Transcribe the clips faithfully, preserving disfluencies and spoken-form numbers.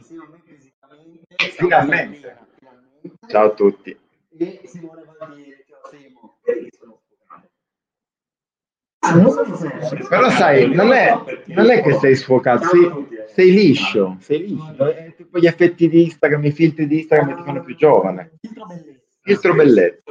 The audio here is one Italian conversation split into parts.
Finalmente. Ciao a tutti. E Simone Valdieri, ciao Simo. Perché sono sfocato? Ah, non so se... Però sai, non è, non è che sei sfocato, sei, sei liscio, sei liscio. È tipo gli effetti di Instagram, i filtri di Instagram che ti fanno più giovane. Filtro bellezza. Filtro bellezza.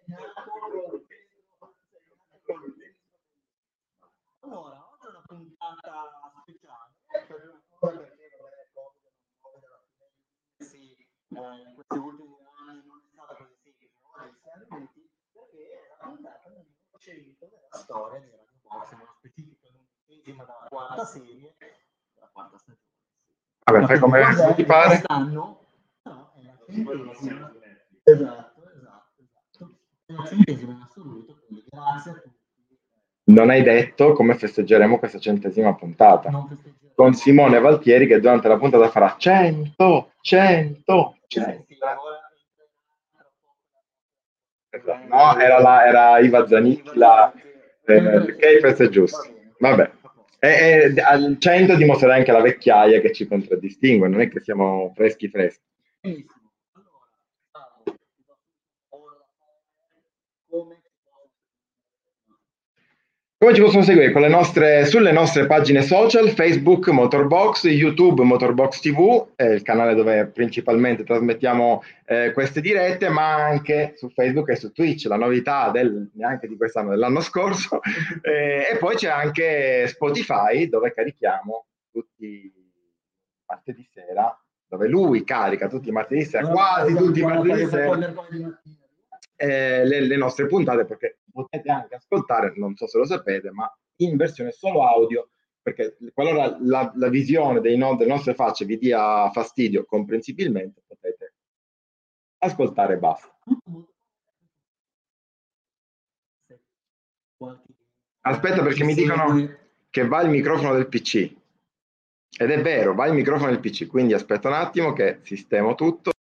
Allora, oggi è una puntata speciale, per una cosa perché vabbè, sì, eh, in questi ultimi anni non è stata così semplice, oggi siamo venuti perché è la puntata numero cento della storia di Radio Box, nello specifico l'undicesima della quarta serie, della quarta stagione. Vabbè, fai come ti pare. Quest'anno, no, è la centesima. Esatto, esatto, esatto. È la centesima in assoluto, quindi grazie a tutti. Non hai detto come festeggeremo questa centesima puntata. Con Simone Valtieri che durante la puntata farà cento, cento, cento. No, era, la, era Iva Zanicchi, la, eh, Keyfest è giusto. Vabbè. E, e al cento dimostra anche la vecchiaia che ci contraddistingue, non è che siamo freschi freschi. Come ci possono seguire? Con le nostre, sulle nostre pagine social, Facebook Motorbox, YouTube Motorbox T V, è il canale dove principalmente trasmettiamo eh, queste dirette, ma anche su Facebook e su Twitch, la novità del, neanche di quest'anno, dell'anno scorso. Eh, e poi c'è anche Spotify, dove carichiamo tutti i martedì sera, dove lui carica tutti i martedì sera, quasi tutti i martedì sera, eh, le, le nostre puntate, perché potete anche ascoltare, non so se lo sapete, ma in versione solo audio, perché qualora la, la visione dei no, delle nostre facce vi dia fastidio, comprensibilmente, potete ascoltare e basta. Aspetta, perché mi dicono che va il microfono del P C. Ed è vero, va il microfono del P C, quindi aspetta un attimo che sistemo tutto.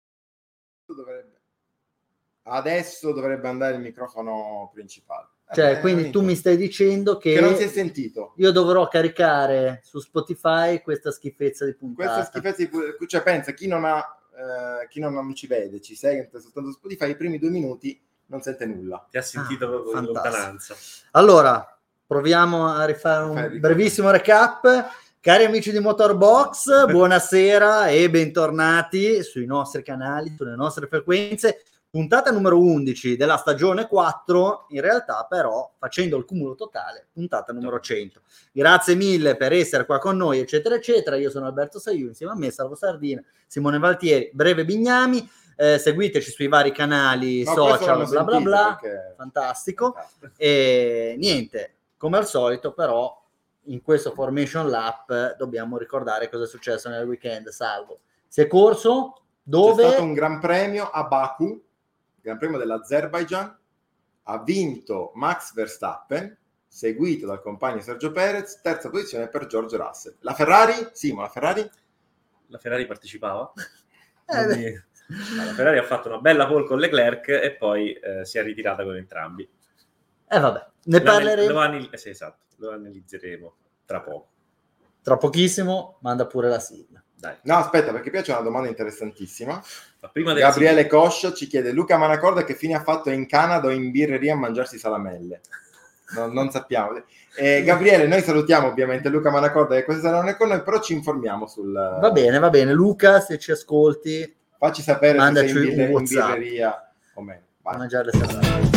Adesso dovrebbe andare il microfono principale. Cioè, eh, quindi tu mi stai dicendo che, che non si è sentito. Io dovrò caricare su Spotify questa schifezza di puntata. Questa schifezza di puntata, cioè pensa, chi non ha eh, chi non, non ci vede, ci segue soltanto su Spotify, i primi due minuti non sente nulla. Ti ha sentito ah, proprio in lontananza. Allora, proviamo a rifare un Fai brevissimo recap. Cari amici di Motorbox, buonasera e bentornati sui nostri canali, sulle nostre frequenze. Puntata numero undici della stagione quattro, in realtà però facendo il cumulo totale, puntata numero cento. Grazie mille per essere qua con noi, eccetera, eccetera. Io sono Alberto Saiu, insieme a me Salvo Sardina, Simone Valtieri, Breve Bignami. Eh, seguiteci sui vari canali no, social, bla bla bla. Fantastico. Fantastico. E niente, come al solito però, in questo Formation Lap dobbiamo ricordare cosa è successo nel weekend, Salvo. Si è corso dove... C'è stato un gran premio a Baku, Gran Premio dell'Azerbaijan, ha vinto Max Verstappen, seguito dal compagno Sergio Perez, terza posizione per George Russell. La Ferrari? Simo, la Ferrari? La Ferrari partecipava? Eh, Quindi, la Ferrari ha fatto una bella pole con Leclerc e poi eh, si è ritirata con entrambi. E eh, vabbè, ne parleremo. Lo, anal- eh, sì, esatto, lo analizzeremo tra poco. Tra pochissimo, manda pure la sigla. Dai. No, aspetta, perché qui c'è una domanda interessantissima. Ma prima del Gabriele Coscia ci chiede: Luca Manacorda che fine ha fatto in Canada o in birreria a mangiarsi salamelle? Non, non sappiamo. Eh, Gabriele, noi salutiamo ovviamente Luca Manacorda che questa sera non è con noi, però ci informiamo sul... Va bene, va bene. Luca, se ci ascolti, facci sapere se sei in, birre- in birreria o meno. A mangiare le salamelle.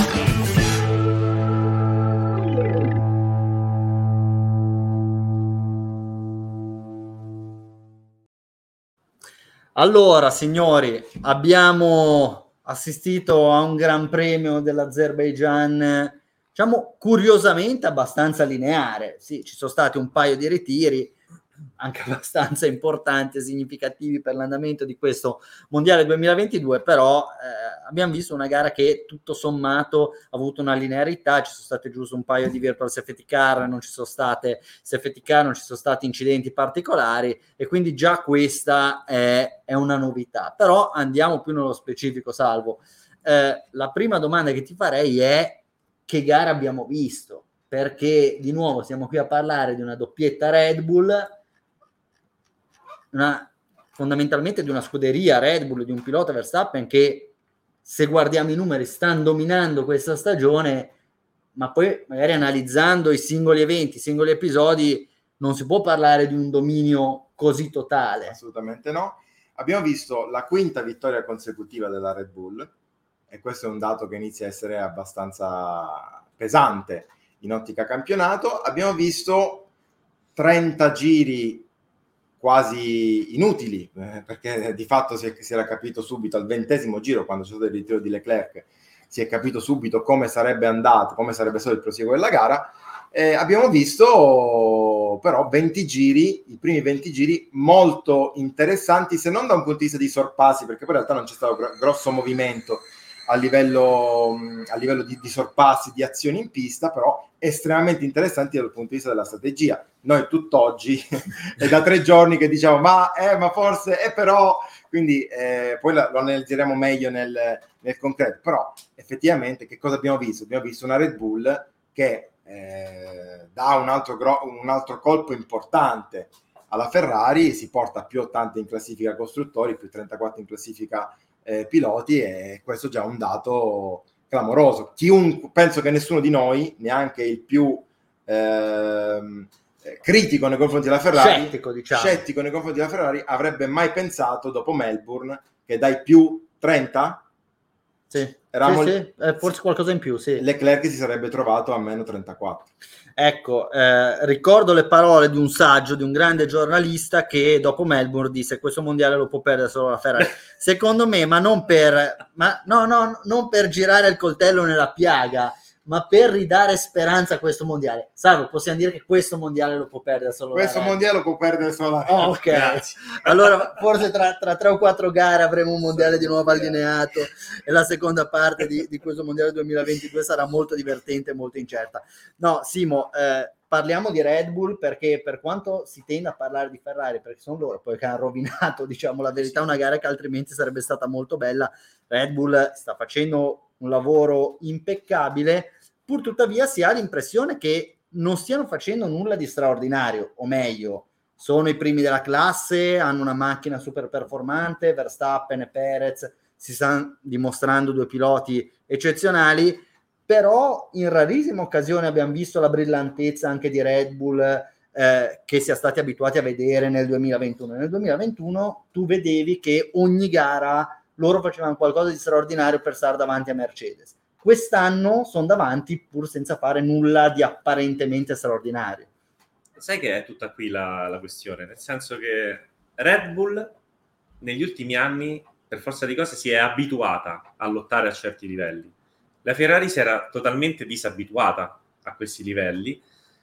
Allora, signori, abbiamo assistito a un gran premio dell'Azerbaijan, diciamo, curiosamente abbastanza lineare. Sì, ci sono stati un paio di ritiri, anche abbastanza importanti e significativi per l'andamento di questo Mondiale duemilaventidue, però eh, abbiamo visto una gara che tutto sommato ha avuto una linearità. Ci sono state giusto un paio di virtual safety car, non ci sono state safety car, non ci sono stati incidenti particolari, e quindi già questa è, è una novità. Però andiamo più nello specifico, Salvo. Eh, la prima domanda che ti farei è: che gara abbiamo visto? Perché di nuovo siamo qui a parlare di una doppietta Red Bull, una fondamentalmente di una scuderia Red Bull, di un pilota Verstappen che, se guardiamo i numeri, stanno dominando questa stagione, ma poi magari analizzando i singoli eventi, i singoli episodi, non si può parlare di un dominio così totale. Assolutamente no. Abbiamo visto la quinta vittoria consecutiva della Red Bull, e questo è un dato che inizia a essere abbastanza pesante in ottica campionato. Abbiamo visto trenta giri quasi inutili, eh, perché di fatto si, è, si era capito subito al ventesimo giro, quando c'è stato il ritiro di Leclerc, si è capito subito come sarebbe andato, come sarebbe stato il prosieguo della gara. Eh, abbiamo visto però venti giri, i primi venti giri molto interessanti, se non da un punto di vista di sorpassi, perché poi in realtà non c'è stato gr- grosso movimento a livello, a livello di, di sorpassi, di azioni in pista, però estremamente interessanti dal punto di vista della strategia. Noi tutt'oggi è da tre giorni che diciamo ma, eh, ma forse, eh, però, quindi eh, poi lo, lo analizzeremo meglio nel, nel concreto, però effettivamente che cosa abbiamo visto? Abbiamo visto una Red Bull che eh, dà un altro, gro- un altro colpo importante alla Ferrari, si porta a più ottanta in classifica costruttori, più trentaquattro in classifica eh, piloti, e questo già è un dato clamoroso. Chiunque, penso che nessuno di noi, neanche il più ehm, critico nei confronti della Ferrari, scettico, diciamo. scettico nei confronti della Ferrari, avrebbe mai pensato dopo Melbourne che dai più trenta sì, eravamo, sì, sì. Eh, forse qualcosa in più, sì. Leclerc si sarebbe trovato a meno trentaquattro. Ecco, eh, ricordo le parole di un saggio, di un grande giornalista che dopo Melbourne disse: questo mondiale lo può perdere solo la Ferrari. Secondo me, ma non per ma no, no, non per girare il coltello nella piaga, ma per ridare speranza a questo mondiale. Salvo, possiamo dire che questo mondiale lo può perdere solo questo la mondiale lo può perdere solo la oh, ok. Grazie. Allora forse tra, tra tre o quattro gare avremo un mondiale di nuovo allineato, e la seconda parte di, di questo mondiale duemilaventidue sarà molto divertente e molto incerta. No, Simo, eh, parliamo di Red Bull, perché per quanto si tende a parlare di Ferrari, perché sono loro poi che hanno rovinato, diciamo la verità, una gara che altrimenti sarebbe stata molto bella, Red Bull sta facendo un lavoro impeccabile, pur tuttavia si ha l'impressione che non stiano facendo nulla di straordinario, o meglio, sono i primi della classe, hanno una macchina super performante, Verstappen e Perez si stanno dimostrando due piloti eccezionali, però in rarissime occasioni abbiamo visto la brillantezza anche di Red Bull eh, che si è stati abituati a vedere nel duemilaventuno. Nel duemilaventuno tu vedevi che ogni gara loro facevano qualcosa di straordinario per stare davanti a Mercedes. Quest'anno sono davanti pur senza fare nulla di apparentemente straordinario. Sai che è tutta qui la, la questione, nel senso che Red Bull negli ultimi anni per forza di cose si è abituata a lottare a certi livelli. La Ferrari si era totalmente disabituata a questi livelli,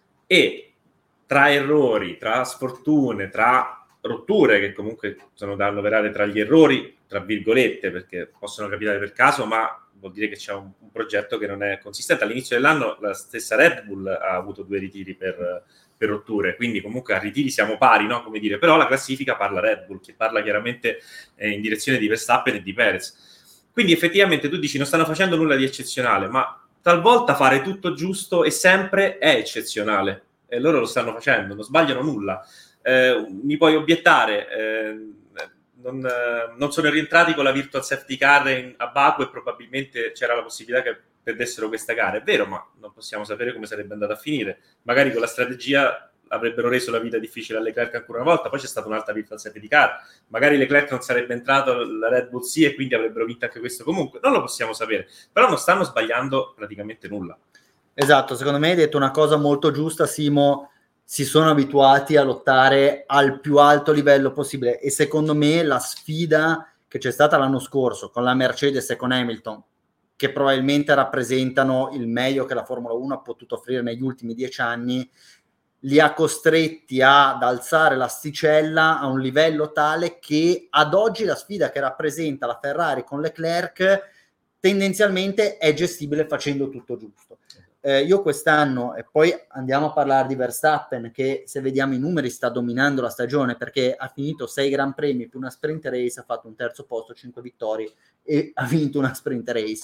e tra errori, tra sfortune, tra rotture che comunque sono da annoverare tra gli errori, tra virgolette, perché possono capitare per caso, ma vuol dire che c'è un, un progetto che non è consistente. All'inizio dell'anno la stessa Red Bull ha avuto due ritiri per, per rotture, quindi comunque a ritiri siamo pari, no? Come dire, però la classifica parla Red Bull, che parla chiaramente eh, in direzione di Verstappen e di Perez. Quindi effettivamente tu dici non stanno facendo nulla di eccezionale, ma talvolta fare tutto giusto e sempre è eccezionale, e loro lo stanno facendo, non sbagliano nulla. Eh, mi puoi obiettare, eh, non, eh, non sono rientrati con la virtual safety car in, a Baku, e probabilmente c'era la possibilità che perdessero questa gara, è vero, ma non possiamo sapere come sarebbe andata a finire. Magari con la strategia avrebbero reso la vita difficile a Leclerc ancora una volta, poi c'è stata un'altra virtual safety car, magari Leclerc non sarebbe entrato, la Red Bull sì, e quindi avrebbero vinto anche questo. Comunque non lo possiamo sapere, però non stanno sbagliando praticamente nulla. Esatto, secondo me hai detto una cosa molto giusta, Simo. Si sono abituati a lottare al più alto livello possibile, e secondo me la sfida che c'è stata l'anno scorso con la Mercedes e con Hamilton, che probabilmente rappresentano il meglio che la Formula uno ha potuto offrire negli ultimi dieci anni, li ha costretti ad alzare l'asticella a un livello tale che ad oggi la sfida che rappresenta la Ferrari con Leclerc tendenzialmente è gestibile facendo tutto giusto. Eh, io quest'anno, e poi andiamo a parlare di Verstappen, che se vediamo i numeri sta dominando la stagione, perché ha finito sei gran premi più una sprint race, ha fatto un terzo posto, cinque vittorie e ha vinto una sprint race.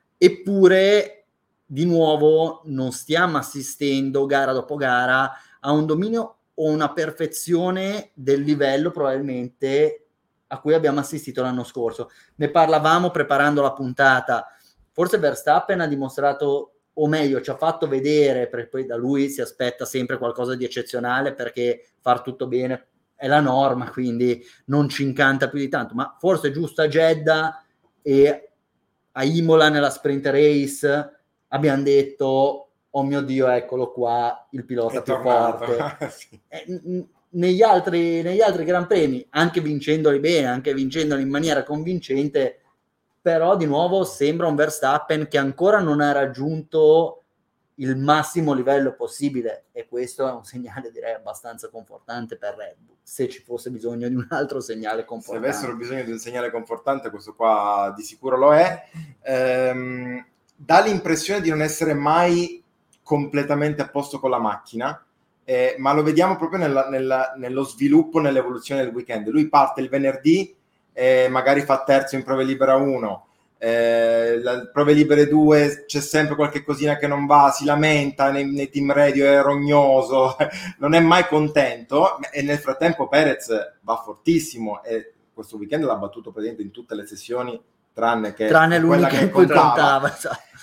Eppure di nuovo non stiamo assistendo gara dopo gara a un dominio o una perfezione del livello probabilmente a cui abbiamo assistito l'anno scorso. Ne parlavamo preparando la puntata. Forse Verstappen ha dimostrato, o meglio, ci ha fatto vedere, perché poi da lui si aspetta sempre qualcosa di eccezionale, perché far tutto bene è la norma, quindi non ci incanta più di tanto, ma forse giusto a Jeddah e a Imola nella sprint race abbiamo detto, oh mio Dio, eccolo qua, il pilota è più tornato. forte. Sì. E, n- negli altri, negli altri Gran Premi, anche vincendoli bene, anche vincendoli in maniera convincente, però di nuovo sembra un Verstappen che ancora non ha raggiunto il massimo livello possibile, e questo è un segnale, direi, abbastanza confortante per Red Bull, se ci fosse bisogno di un altro segnale confortante. Se avessero bisogno di un segnale confortante, questo qua di sicuro lo è. Ehm, dà l'impressione di non essere mai completamente a posto con la macchina, eh, ma lo vediamo proprio nella, nella, nello sviluppo, nell'evoluzione del weekend. Lui parte il venerdì, eh, magari fa terzo in prove libera uno, eh, la prove libere due c'è sempre qualche cosina che non va, si lamenta nei, nei team radio, è rognoso, non è mai contento, e nel frattempo Perez va fortissimo e questo weekend l'ha battuto praticamente in tutte le sessioni tranne che tranne l'unica quella che in cui contava, contava.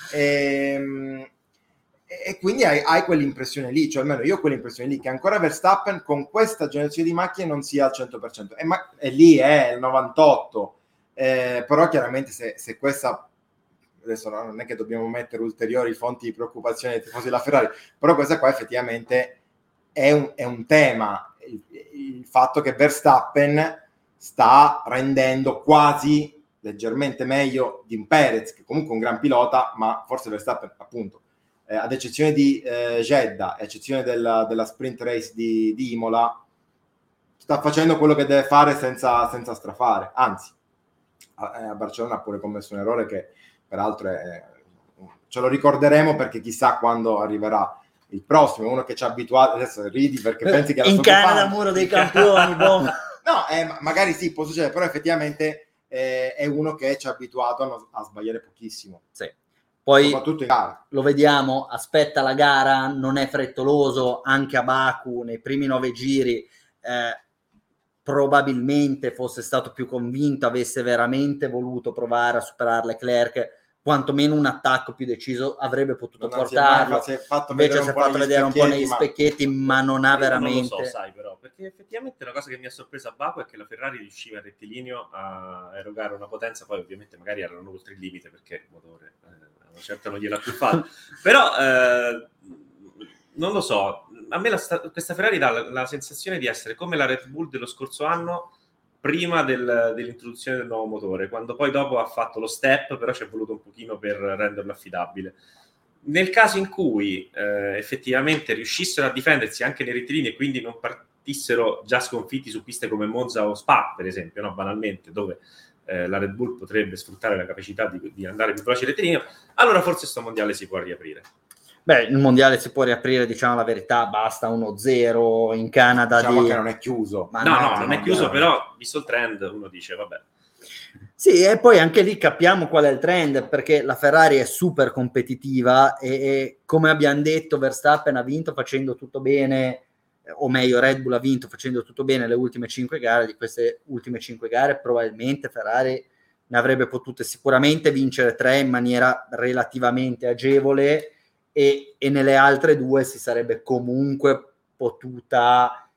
e, e quindi hai, hai quell'impressione lì, cioè almeno io ho quell'impressione lì che ancora Verstappen con questa generazione di macchine non sia al cento per cento, e, ma, è lì, è il novantotto, eh, però chiaramente se, se questa, adesso no, non è che dobbiamo mettere ulteriori fonti di preoccupazione dei tifosi della Ferrari, però questa qua effettivamente è un, è un tema, il, il fatto che Verstappen sta rendendo quasi leggermente meglio di un Perez, che comunque è un gran pilota, ma forse Verstappen appunto, eh, ad eccezione di eh, Jeddah, ad eccezione della, della sprint race di, di Imola, sta facendo quello che deve fare senza, senza strafare, anzi a, a Barcellona ha pure commesso un errore che peraltro è, ce lo ricorderemo perché chissà quando arriverà il prossimo, uno che ci ha abituato, adesso ridi perché pensi che in Canada muro dei campioni, boh. No, eh, magari sì, può succedere, però effettivamente eh, è uno che ci ha abituato a, a sbagliare pochissimo. Sì. Poi soprattutto in gara. Lo vediamo, aspetta la gara, non è frettoloso, anche a Baku nei primi nove giri eh, probabilmente fosse stato più convinto, avesse veramente voluto provare a superare Leclerc, quantomeno un attacco più deciso avrebbe potuto non portarlo, si è fatto invece si è fatto vedere un po' negli ma... specchietti, ma non ha veramente... Non lo so, sai però, perché effettivamente una cosa che mi ha sorpreso a Baku è che la Ferrari riusciva a rettilineo a erogare una potenza, poi ovviamente magari erano oltre il limite perché il motore eh, a una certa non gliel'ha più fatto, però eh, non lo so, a me la, questa Ferrari dà la, la sensazione di essere come la Red Bull dello scorso anno, prima del, dell'introduzione del nuovo motore, quando poi dopo ha fatto lo step, però ci è voluto un pochino per renderlo affidabile. Nel caso in cui eh, effettivamente riuscissero a difendersi anche nei rettilinei e quindi non partissero già sconfitti su piste come Monza o Spa, per esempio, no? Banalmente, dove eh, la Red Bull potrebbe sfruttare la capacità di, di andare più veloce in rettilineo, allora forse sto mondiale si può riaprire. Beh, il mondiale si può riaprire, diciamo la verità, basta uno zero in Canada. Diciamo di... che non è chiuso. Ma no, no, non è chiuso, però visto il trend uno dice, vabbè. Sì, e poi anche lì capiamo qual è il trend, perché la Ferrari è super competitiva e, e come abbiamo detto Verstappen ha vinto facendo tutto bene, o meglio Red Bull ha vinto facendo tutto bene le ultime cinque gare. Di queste ultime cinque gare probabilmente Ferrari ne avrebbe potute sicuramente vincere tre in maniera relativamente agevole, e, e nelle altre due si sarebbe comunque potuta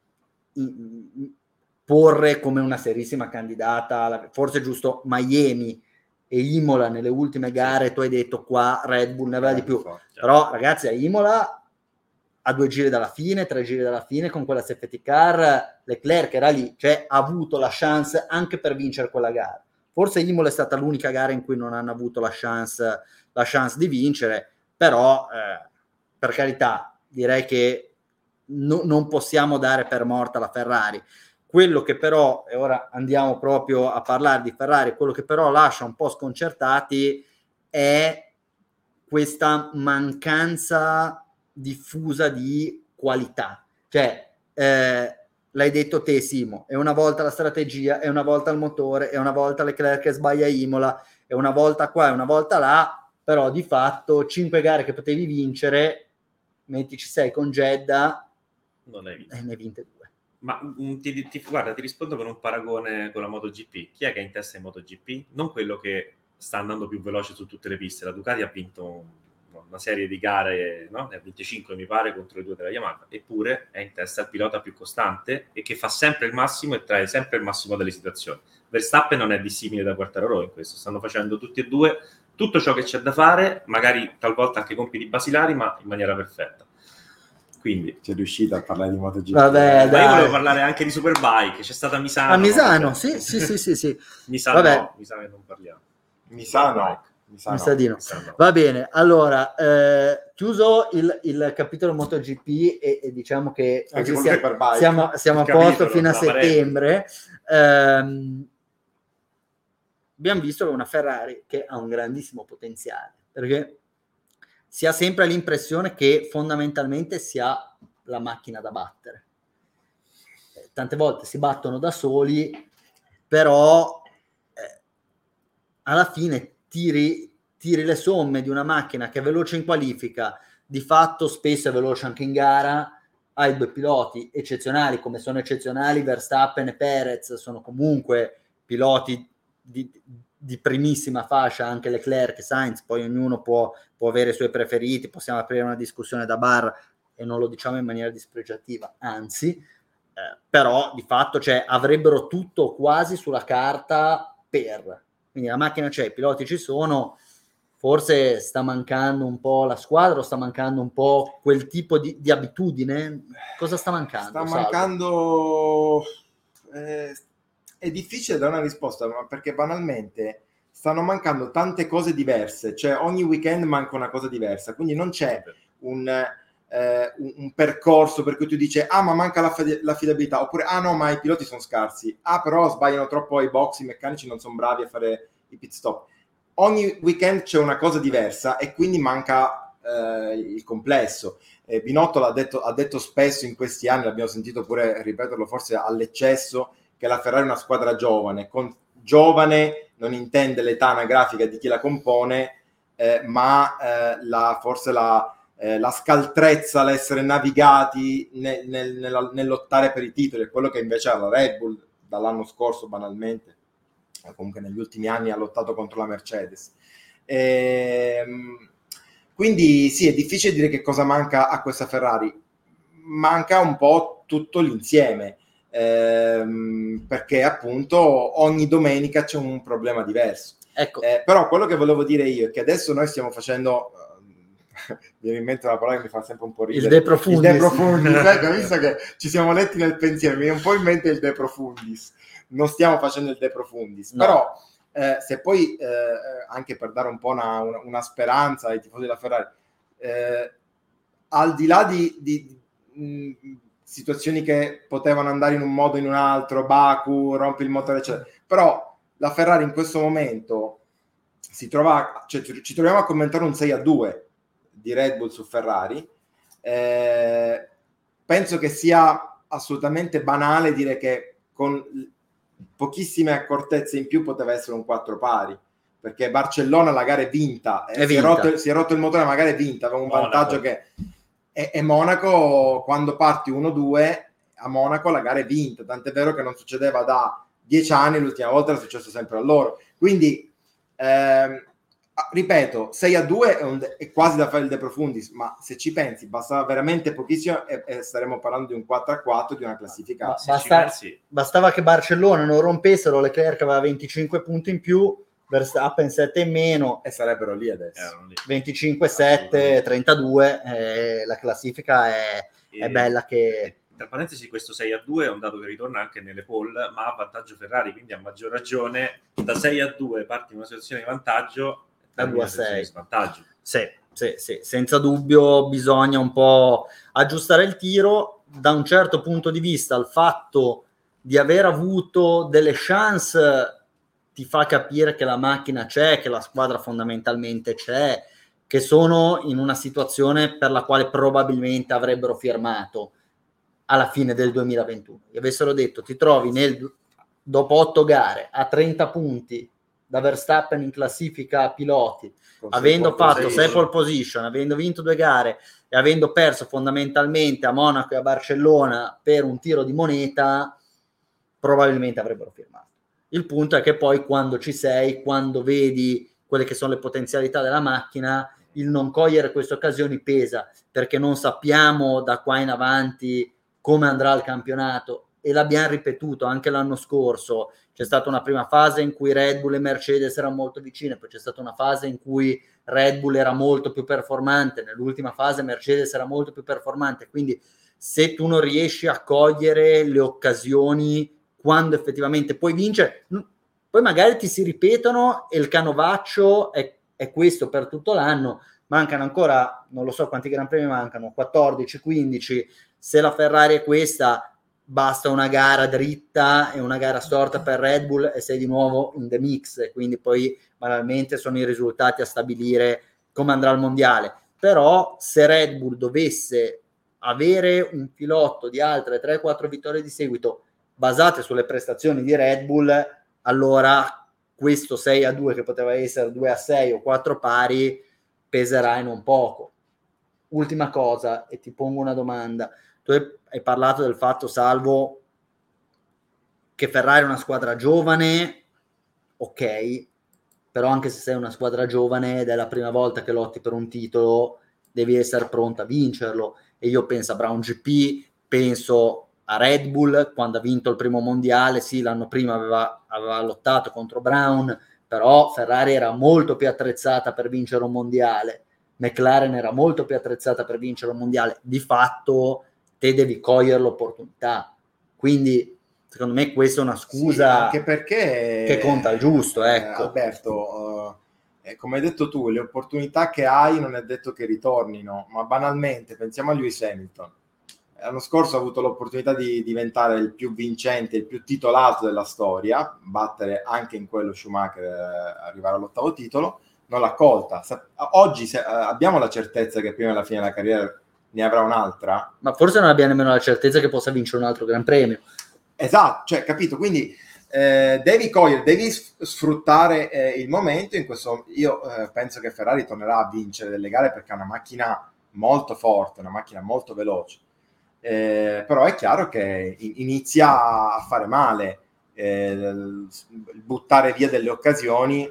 in, porre come una serissima candidata, forse giusto Miami e Imola nelle ultime gare, sì. Tu hai detto qua Red Bull ne aveva eh, di più, so, però ragazzi a Imola a due giri dalla fine, tre giri dalla fine con quella safety car Leclerc era lì, cioè ha avuto la chance anche per vincere quella gara. Forse Imola è stata l'unica gara in cui non hanno avuto la chance, la chance di vincere, però eh, per carità direi che no, non possiamo dare per morta la Ferrari. Quello che però, e ora andiamo proprio a parlare di Ferrari, quello che però lascia un po' sconcertati è questa mancanza diffusa di qualità. Cioè, eh, l'hai detto te Simo, è una volta la strategia, è una volta il motore, è una volta Leclerc che sbaglia Imola, è una volta qua, è una volta là, però di fatto cinque gare che potevi vincere, mettici sei con Jeddah, non hai vinto. E ne hai vinte due. Ma um, ti, ti, guarda, ti rispondo con un paragone con la MotoGP. Chi è che è in testa in MotoGP? Non quello che sta andando più veloce su tutte le piste. La Ducati ha vinto un, una serie di gare, no? Ne ha venticinque mi pare contro le due della Yamaha, eppure è in testa il pilota più costante e che fa sempre il massimo e trae sempre il massimo dalle situazioni. Verstappen non è dissimile da Quartararo in questo, stanno facendo tutti e due tutto ciò che c'è da fare, magari talvolta anche compiti basilari, ma in maniera perfetta. Quindi c'è riuscita a parlare di MotoGP. Vabbè, ma io volevo parlare anche di Superbike, c'è stata Misano. A Misano, no? sì, sì, sì, sì, sì. Misano, no, mi sa che non parliamo. Misano. Mi sa di no. Va bene, allora eh, chiuso il, il capitolo MotoGP e, e diciamo che così siamo, siamo, siamo a posto fino a settembre. Ehm, abbiamo visto che è una Ferrari che ha un grandissimo potenziale, perché si ha sempre l'impressione che fondamentalmente si ha la macchina da battere. Tante volte si battono da soli, però eh, alla fine tiri, tiri le somme di una macchina che è veloce in qualifica, di fatto spesso è veloce anche in gara, hai due piloti eccezionali, come sono eccezionali Verstappen e Perez, sono comunque piloti di, di primissima fascia, anche Leclerc e Sainz, poi ognuno può, può avere i suoi preferiti, possiamo aprire una discussione da bar e non lo diciamo in maniera dispregiativa, anzi, eh, però di fatto cioè, avrebbero tutto quasi sulla carta per... Quindi la macchina c'è, i piloti ci sono, forse sta mancando un po' la squadra o sta mancando un po' quel tipo di, di abitudine? Cosa sta mancando? Sta mancando... Eh, è difficile dare una risposta, ma perché banalmente stanno mancando tante cose diverse, cioè ogni weekend manca una cosa diversa, quindi non c'è un... Eh, un, un percorso per cui tu dici ah ma manca l'affid- l'affidabilità, oppure ah no ma i piloti sono scarsi, ah però sbagliano troppo i box, i meccanici non sono bravi a fare i pit stop. Ogni weekend c'è una cosa diversa e quindi manca eh, il complesso. eh, Binotto l'ha detto, ha detto spesso in questi anni, l'abbiamo sentito pure ripeterlo forse all'eccesso, che la Ferrari è una squadra giovane. Con giovane non intende l'età anagrafica di chi la compone, eh, ma eh, la, forse la Eh, la scaltrezza, l'essere navigati nel, nel, nel, nel lottare per i titoli, è quello che invece ha la Red Bull dall'anno scorso banalmente, comunque negli ultimi anni ha lottato contro la Mercedes. Ehm, quindi sì, è difficile dire che cosa manca a questa Ferrari, manca un po' tutto l'insieme, ehm, perché appunto ogni domenica c'è un problema diverso. Ecco. Eh, però quello che volevo dire io è che adesso noi stiamo facendo... mi viene in mente una parola che mi fa sempre un po' ridere, il de profundis, il de profundis ecco, visto che ci siamo letti nel pensiero, mi viene un po' in mente il de profundis. Non stiamo facendo il de profundis, no. Però eh, se poi eh, anche per dare un po' una, una, una speranza ai tifosi della Ferrari, eh, al di là di, di mh, situazioni che potevano andare in un modo o in un altro, Baku rompe il motore eccetera, però la Ferrari in questo momento si trova, cioè, ci troviamo a commentare un sei a due di Red Bull su Ferrari. Eh, penso che sia assolutamente banale dire che con pochissime accortezze in più poteva essere un quattro pari, perché Barcellona la gara è vinta, eh, è si, vinta. È rotto, si è rotto il motore, magari è vinta, aveva un Monaco. vantaggio che e, e Monaco quando parti uno due a Monaco la gara è vinta, tant'è vero che non succedeva da dieci anni, l'ultima volta era successo sempre a loro, quindi ehm, ripeto, sei a due è, un, è quasi da fare il de profundis, ma se ci pensi bastava veramente pochissimo e, e staremo parlando di un quattro a quattro, di una classifica. Ba- basta, bastava che Barcellona non rompessero, Leclerc aveva venticinque punti in più, Verstappen sette in meno e sarebbero lì adesso. Lì. venticinque sette trentadue, eh, la classifica è, è bella che... Tra parentesi, questo sei a due è un dato che ritorna anche nelle pole, ma a vantaggio Ferrari, quindi a maggior ragione da sei a due parti in una situazione di vantaggio da due a sei. Svantaggio. Sì, sì, sì, senza dubbio bisogna un po' aggiustare il tiro. Da un certo punto di vista il fatto di aver avuto delle chance ti fa capire che la macchina c'è, che la squadra fondamentalmente c'è, che sono in una situazione per la quale probabilmente avrebbero firmato alla fine del duemilaventuno. Gli avessero detto ti trovi nel, dopo otto gare a trenta punti da Verstappen in classifica piloti, con avendo fatto sei pole position, avendo vinto due gare e avendo perso fondamentalmente a Monaco e a Barcellona per un tiro di moneta, probabilmente avrebbero firmato. Il punto è che poi quando ci sei, quando vedi quelle che sono le potenzialità della macchina, il non cogliere queste occasioni pesa, perché non sappiamo da qua in avanti come andrà il campionato, e l'abbiamo ripetuto anche l'anno scorso. C'è stata una prima fase in cui Red Bull e Mercedes erano molto vicine, poi c'è stata una fase in cui Red Bull era molto più performante, nell'ultima fase Mercedes era molto più performante, quindi se tu non riesci a cogliere le occasioni quando effettivamente puoi vincere, poi magari ti si ripetono e il canovaccio è, è questo per tutto l'anno. Mancano ancora, non lo so quanti gran premi mancano, quattordici, quindici, se la Ferrari è questa, basta una gara dritta e una gara storta per Red Bull e sei di nuovo in the mix, quindi poi banalmente sono i risultati a stabilire come andrà il mondiale. Però se Red Bull dovesse avere un filotto di altre tre quattro vittorie di seguito basate sulle prestazioni di Red Bull, allora questo sei a due che poteva essere due a sei o quattro pari peserà in non poco. Ultima cosa, e ti pongo una domanda. Tu hai parlato del fatto, Salvo, che Ferrari è una squadra giovane, ok, però anche se sei una squadra giovane ed è la prima volta che lotti per un titolo, devi essere pronta a vincerlo. E io penso a Brown G P, penso a Red Bull quando ha vinto il primo mondiale. Sì, l'anno prima aveva, aveva lottato contro Brown, però Ferrari era molto più attrezzata per vincere un mondiale, McLaren era molto più attrezzata per vincere un mondiale. Di fatto te devi cogliere l'opportunità, quindi secondo me questa è una scusa, sì, anche perché che conta il giusto, ecco. eh, Alberto, eh, come hai detto tu, le opportunità che hai non è detto che ritornino, ma banalmente pensiamo a Lewis Hamilton. L'anno scorso ha avuto l'opportunità di diventare il più vincente, il più titolato della storia, battere anche in quello Schumacher, eh, arrivare all'ottavo titolo, non l'ha colta. Oggi se, eh, abbiamo la certezza che prima della fine della carriera ne avrà un'altra, ma forse non abbiamo nemmeno la certezza che possa vincere un altro Gran Premio. Esatto, cioè, capito? Quindi eh, devi cogliere, devi sfruttare eh, il momento. In questo io eh, penso che Ferrari tornerà a vincere delle gare perché è una macchina molto forte, una macchina molto veloce. Eh, però è chiaro che inizia a fare male eh, buttare via delle occasioni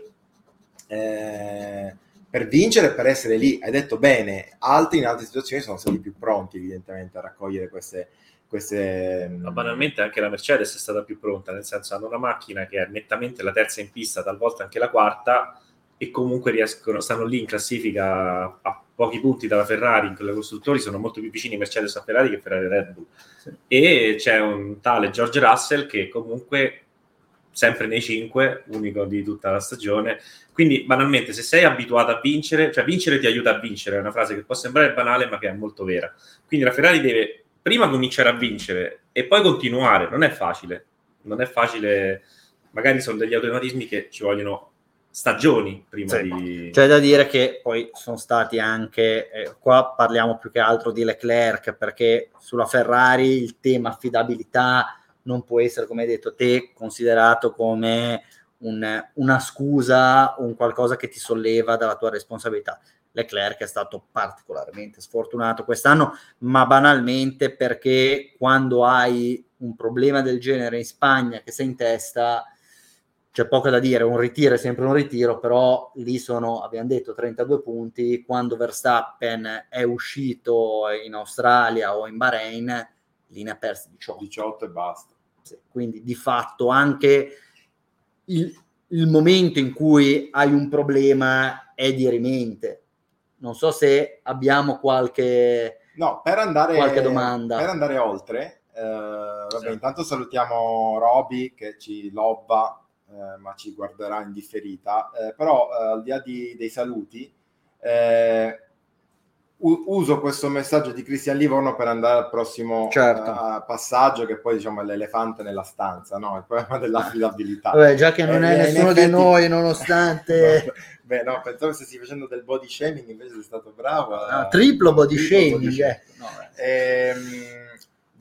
eh, per vincere, per essere lì. Hai detto bene, altri in altre situazioni sono stati più pronti evidentemente a raccogliere queste, queste... Ma banalmente anche la Mercedes è stata più pronta, nel senso hanno una macchina che è nettamente la terza in pista, talvolta anche la quarta, e comunque riescono, stanno lì in classifica a pochi punti dalla Ferrari. In quella costruttori sono molto più vicini Mercedes a Ferrari che Ferrari e Red Bull, sì. E c'è un tale George Russell che comunque sempre nei cinque, unico di tutta la stagione. Quindi banalmente se sei abituato a vincere, cioè vincere ti aiuta a vincere, è una frase che può sembrare banale ma che è molto vera. Quindi la Ferrari deve prima cominciare a vincere e poi continuare. Non è facile, non è facile, magari sono degli automatismi che ci vogliono stagioni prima sì. di... C'è da dire che poi sono stati anche, eh, qua parliamo più che altro di Leclerc, perché sulla Ferrari il tema affidabilità non può essere, come hai detto te, considerato come un, una scusa o un qualcosa che ti solleva dalla tua responsabilità. Leclerc è stato particolarmente sfortunato quest'anno, ma banalmente perché quando hai un problema del genere in Spagna che sei in testa, c'è poco da dire, un ritiro è sempre un ritiro, però lì sono, abbiamo detto, trentadue punti. Quando Verstappen è uscito in Australia o in Bahrain, lì ne ha persi diciotto. diciotto e basta. Sì, quindi di fatto anche il, il momento in cui hai un problema è dirimente. Non so se abbiamo qualche, no, per andare, qualche domanda. Per andare oltre, eh, vabbè, sì. Intanto salutiamo Roby che ci lobba, eh, ma ci guarderà in differita. Eh, però eh, al di là di, dei saluti, eh, u- uso questo messaggio di Christian Livorno per andare al prossimo certo. uh, passaggio, che poi diciamo è l'elefante nella stanza, no? Il problema dell'affidabilità. Vabbè, già che non eh, è nessuno effetti... di noi, nonostante... no, beh, no, pensavo che stessi facendo del body shaming, invece sei stato bravo. A... No, triplo body triplo shaming. Body shaming. No, ehm,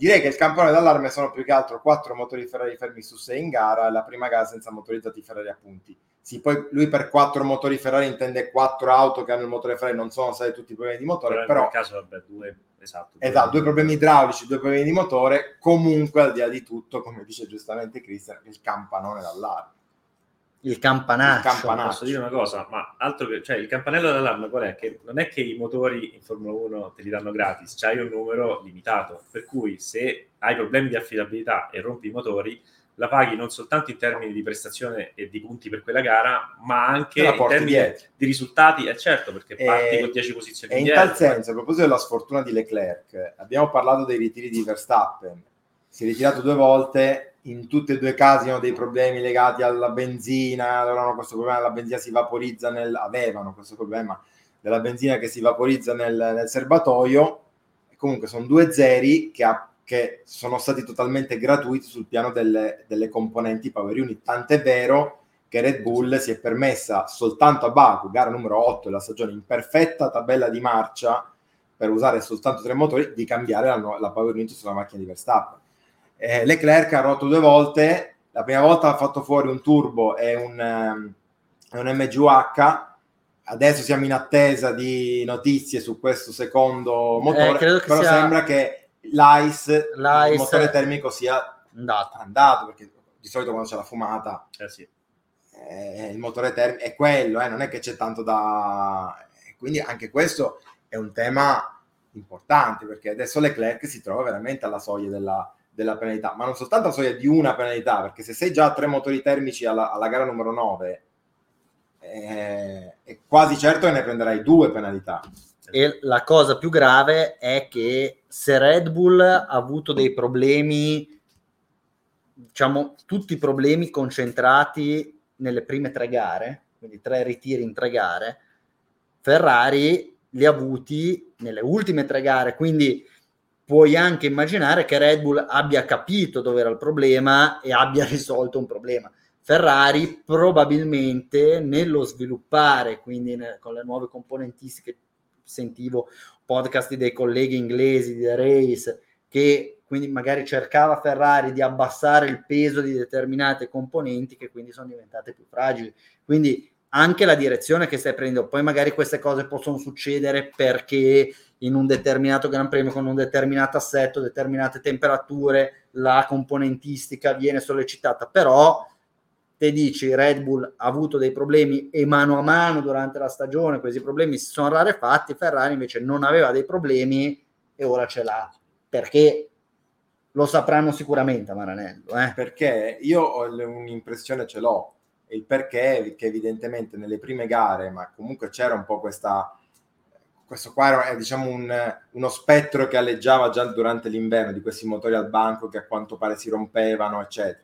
direi che il campanone d'allarme sono più che altro quattro motori Ferrari fermi su sei in gara e la prima gara senza motorizzati Ferrari a punti. Sì, poi lui per quattro motori Ferrari intende quattro auto che hanno il motore Ferrari, non sono stati tutti i problemi di motore, però, però in quel caso vabbè, due, esatto, due, esatto, due problemi idraulici, due problemi di motore, comunque al di là di tutto, come dice giustamente Cristian, il campanone d'allarme. Il campanaccio. Il campanaccio. Posso dire una cosa, ma altro che, cioè il campanello d'allarme qual è? Che non è che i motori in Formula uno te li danno gratis, c'hai un numero limitato, per cui se hai problemi di affidabilità e rompi i motori, la paghi non soltanto in termini di prestazione e di punti per quella gara, ma anche in termini dietro. di risultati, è certo, perché e, parti con dieci posizioni e in dietro. tal senso, a proposito della sfortuna di Leclerc, abbiamo parlato dei ritiri di Verstappen, si è ritirato due volte, in tutti e due i casi hanno dei problemi legati alla benzina, avevano questo problema, la benzina si vaporizza nel, avevano questo problema della benzina che si vaporizza nel, nel serbatoio, e comunque sono due zeri che, ha, che sono stati totalmente gratuiti sul piano delle, delle componenti power unit, tant'è vero che Red Bull si è permessa soltanto a Baku, gara numero otto della stagione, in perfetta tabella di marcia, per usare soltanto tre motori, di cambiare la, la power unit sulla macchina di Verstappen. Eh, Leclerc ha rotto due volte, la prima volta ha fatto fuori un turbo e un, um, un M G U H, adesso siamo in attesa di notizie su questo secondo motore, eh, però sia... sembra che l'Ice, l'Ice, il motore termico sia andato. andato, perché di solito quando c'è la fumata eh sì. eh, il motore termico è quello, eh, non è che c'è tanto da... Quindi anche questo è un tema importante, perché adesso Leclerc si trova veramente alla soglia della della penalità, ma non soltanto la soglia di una penalità, perché se sei già a tre motori termici alla, alla gara numero nove eh, è quasi certo che ne prenderai due penalità. E la cosa più grave è che se Red Bull ha avuto dei problemi, diciamo tutti i problemi concentrati nelle prime tre gare, quindi tre ritiri in tre gare, Ferrari li ha avuti nelle ultime tre gare, quindi puoi anche immaginare che Red Bull abbia capito dove era il problema e abbia risolto un problema. Ferrari probabilmente nello sviluppare, quindi ne, con le nuove componentistiche, sentivo podcast dei colleghi inglesi di The Race, che quindi magari cercava Ferrari di abbassare il peso di determinate componenti che quindi sono diventate più fragili. Quindi anche la direzione che stai prendendo, poi magari queste cose possono succedere perché in un determinato Gran Premio con un determinato assetto, determinate temperature, la componentistica viene sollecitata, però te dici Red Bull ha avuto dei problemi e mano a mano durante la stagione questi problemi si sono rarefatti, Ferrari invece non aveva dei problemi e ora ce l'ha, perché lo sapranno sicuramente a Maranello. Eh? Perché io ho un'impressione, ce l'ho, il perché che evidentemente nelle prime gare, ma comunque c'era un po' questa... Questo qua è diciamo un, uno spettro che alleggiava già durante l'inverno di questi motori al banco che a quanto pare si rompevano, eccetera.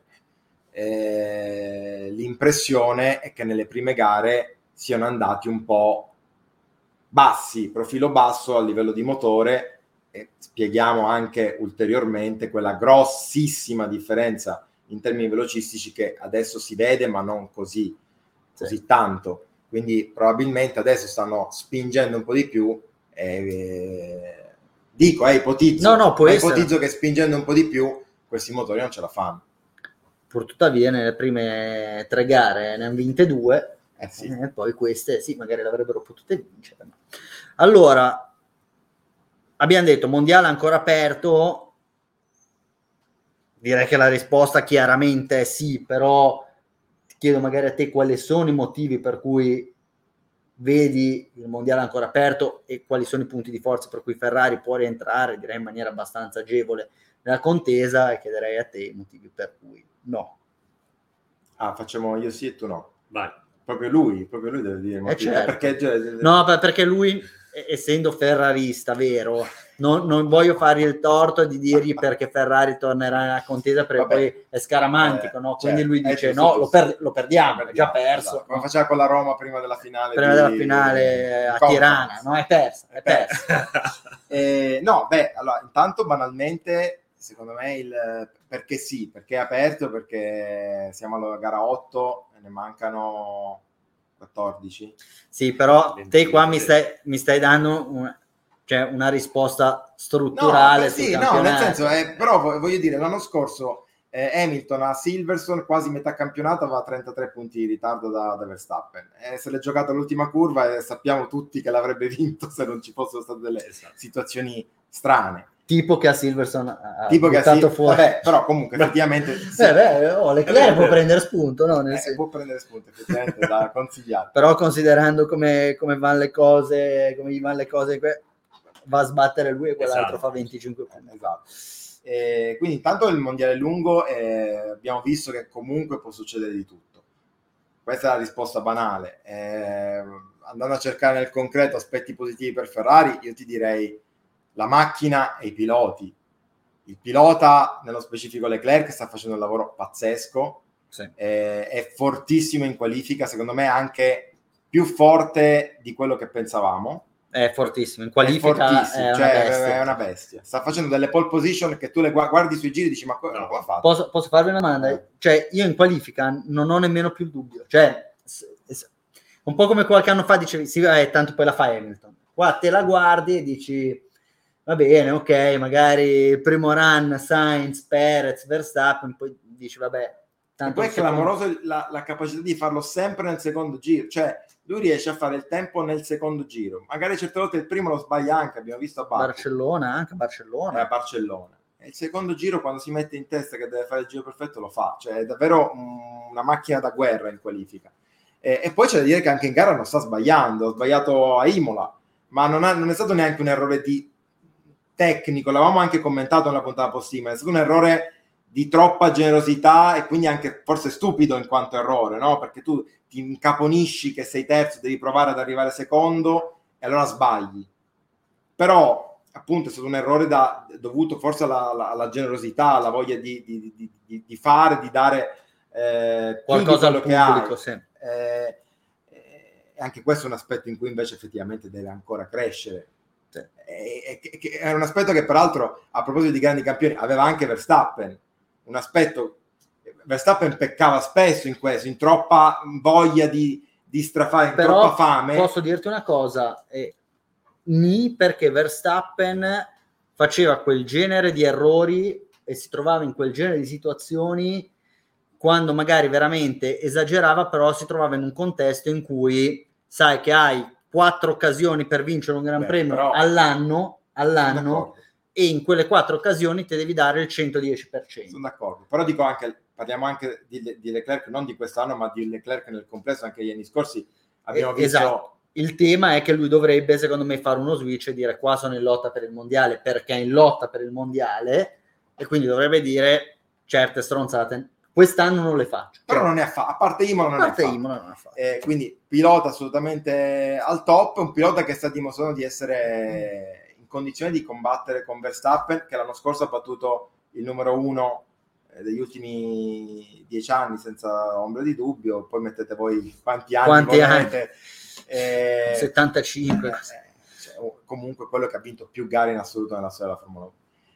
Eh, l'impressione è che nelle prime gare siano andati un po' bassi, profilo basso a livello di motore, e spieghiamo anche ulteriormente quella grossissima differenza in termini velocistici che adesso si vede, ma non così, così sì. tanto. Quindi probabilmente adesso stanno spingendo un po' di più, eh, dico, eh, ipotizzo, no, no, può ipotizzo che spingendo un po' di più questi motori non ce la fanno. Purtuttavia nelle prime tre gare ne hanno vinte due, eh sì. e poi queste sì, magari l'avrebbero potute vincere. Allora, abbiamo detto mondiale ancora aperto, direi che la risposta chiaramente è sì, però chiedo magari a te quali sono i motivi per cui vedi il mondiale ancora aperto e quali sono i punti di forza per cui Ferrari può rientrare, direi in maniera abbastanza agevole nella contesa, e chiederei a te i motivi per cui no. Ah, facciamo io sì e tu no. Vai. Proprio lui, proprio lui deve dire. Eh certo. Perché... No, perché lui, essendo ferrarista, vero, non, non voglio fare il torto di dirgli perché Ferrari tornerà nella contesa, perché Vabbè, poi è scaramantico, eh, no? Certo, Quindi lui dice giusto, no, giusto. Lo, per, lo perdiamo, è già perso. Esatto. Come faceva con la Roma prima della finale. Prima di... della finale a Tirana, no? È persa, è persa. eh, no, beh, allora, intanto banalmente, secondo me, il perché sì, perché è aperto, perché siamo alla gara otto e ne mancano quattordici. Sì, però te qua mi stai, mi stai dando una... C'è una risposta strutturale. No, sì, no, nel senso, eh, però voglio dire, l'anno scorso eh, Hamilton a Silverstone, quasi metà campionato, aveva trentatré punti di ritardo da, da Verstappen. Eh, se l'è giocata l'ultima curva e sappiamo tutti che l'avrebbe vinto se non ci fossero state delle esatto. situazioni strane. Tipo che a Silverstone ha tipo buttato che a Sil- fuori. Vabbè, però comunque effettivamente... Beh, beh, oh, Leclerc può prendere spunto, no? Nel eh, senso. può prendere spunto, effettivamente, da consigliare. Però considerando come, come vanno le cose, come gli vanno le cose... va a sbattere lui e quell'altro esatto. fa venticinque punti. Esatto. Eh, quindi intanto il mondiale è lungo e abbiamo visto che comunque può succedere di tutto. Questa è la risposta banale. Eh, andando a cercare nel concreto aspetti positivi per Ferrari, io ti direi la macchina e i piloti. Il pilota, nello specifico Leclerc, sta facendo un lavoro pazzesco, sì. eh, è fortissimo in qualifica, secondo me anche più forte di quello che pensavamo. È fortissimo, in qualifica è, fortissimo, è, una cioè, bestia, è una bestia. Sta facendo delle pole position che tu le guardi sui giri e dici ma come ha fatto? Posso, posso farvi una domanda? Eh. Cioè, io in qualifica non ho nemmeno più il dubbio. Cioè, un po' come qualche anno fa dicevi, sì, eh, tanto poi la fa Hamilton. Qua te la guardi e dici, va bene, ok, magari il primo run, Sainz, Perez, Verstappen, poi dici, vabbè. Tanto e poi è clamoroso la, la capacità di farlo sempre nel secondo giro, cioè lui riesce a fare il tempo nel secondo giro, magari certe volte il primo lo sbaglia anche, abbiamo visto a Baku. Barcellona, anche a Barcellona. È a Barcellona. E il secondo giro, quando si mette in testa che deve fare il giro perfetto, lo fa, cioè è davvero um, una macchina da guerra in qualifica. E, e poi c'è da dire che anche in gara non sta sbagliando, ha sbagliato a Imola, ma non, ha, non è stato neanche un errore di tecnico, l'avevamo anche commentato nella puntata post-Imola, è stato un errore di troppa generosità e quindi anche forse stupido in quanto errore, no? Perché tu ti incaponisci che sei terzo, devi provare ad arrivare secondo e allora sbagli. Però appunto è stato un errore da, dovuto forse alla, alla, alla generosità, alla voglia di, di, di, di, di fare, di dare eh, qualcosa al pubblico, sì. Eh, eh, anche questo è un aspetto in cui invece effettivamente deve ancora crescere. Sì. Eh, eh, è un aspetto che peraltro, a proposito di grandi campioni, aveva anche Verstappen. Un aspetto, Verstappen peccava spesso in questo, in troppa voglia di, di strafare, in però troppa fame. Posso dirti una cosa, eh, ni perché Verstappen faceva quel genere di errori e si trovava in quel genere di situazioni quando magari veramente esagerava, però si trovava in un contesto in cui sai che hai quattro occasioni per vincere un Gran Beh, Premio però, all'anno, all'anno e in quelle quattro occasioni ti devi dare il centodieci per cento. Sono d'accordo, però dico anche, parliamo anche di, di Leclerc, non di quest'anno, ma di Leclerc nel complesso, anche gli anni scorsi abbiamo eh, visto... Esatto. Il tema è che lui dovrebbe, secondo me, fare uno switch e dire qua sono in lotta per il mondiale, perché è in lotta per il mondiale, e quindi dovrebbe dire certe stronzate quest'anno non le faccio. Però cioè, non ne ha fatto, a parte Imola non, a parte ne ha Imola fatto. non ha fatto. Eh, quindi pilota assolutamente al top, un pilota che sta dimostrando di essere... Mm. condizione di combattere con Verstappen, che l'anno scorso ha battuto il numero uno degli ultimi dieci anni senza ombra di dubbio. Poi mettete voi quanti anni quanti volete. Anni? Eh, settantacinque. Eh, cioè, comunque quello che ha vinto più gare in assoluto nella storia della Formula uno.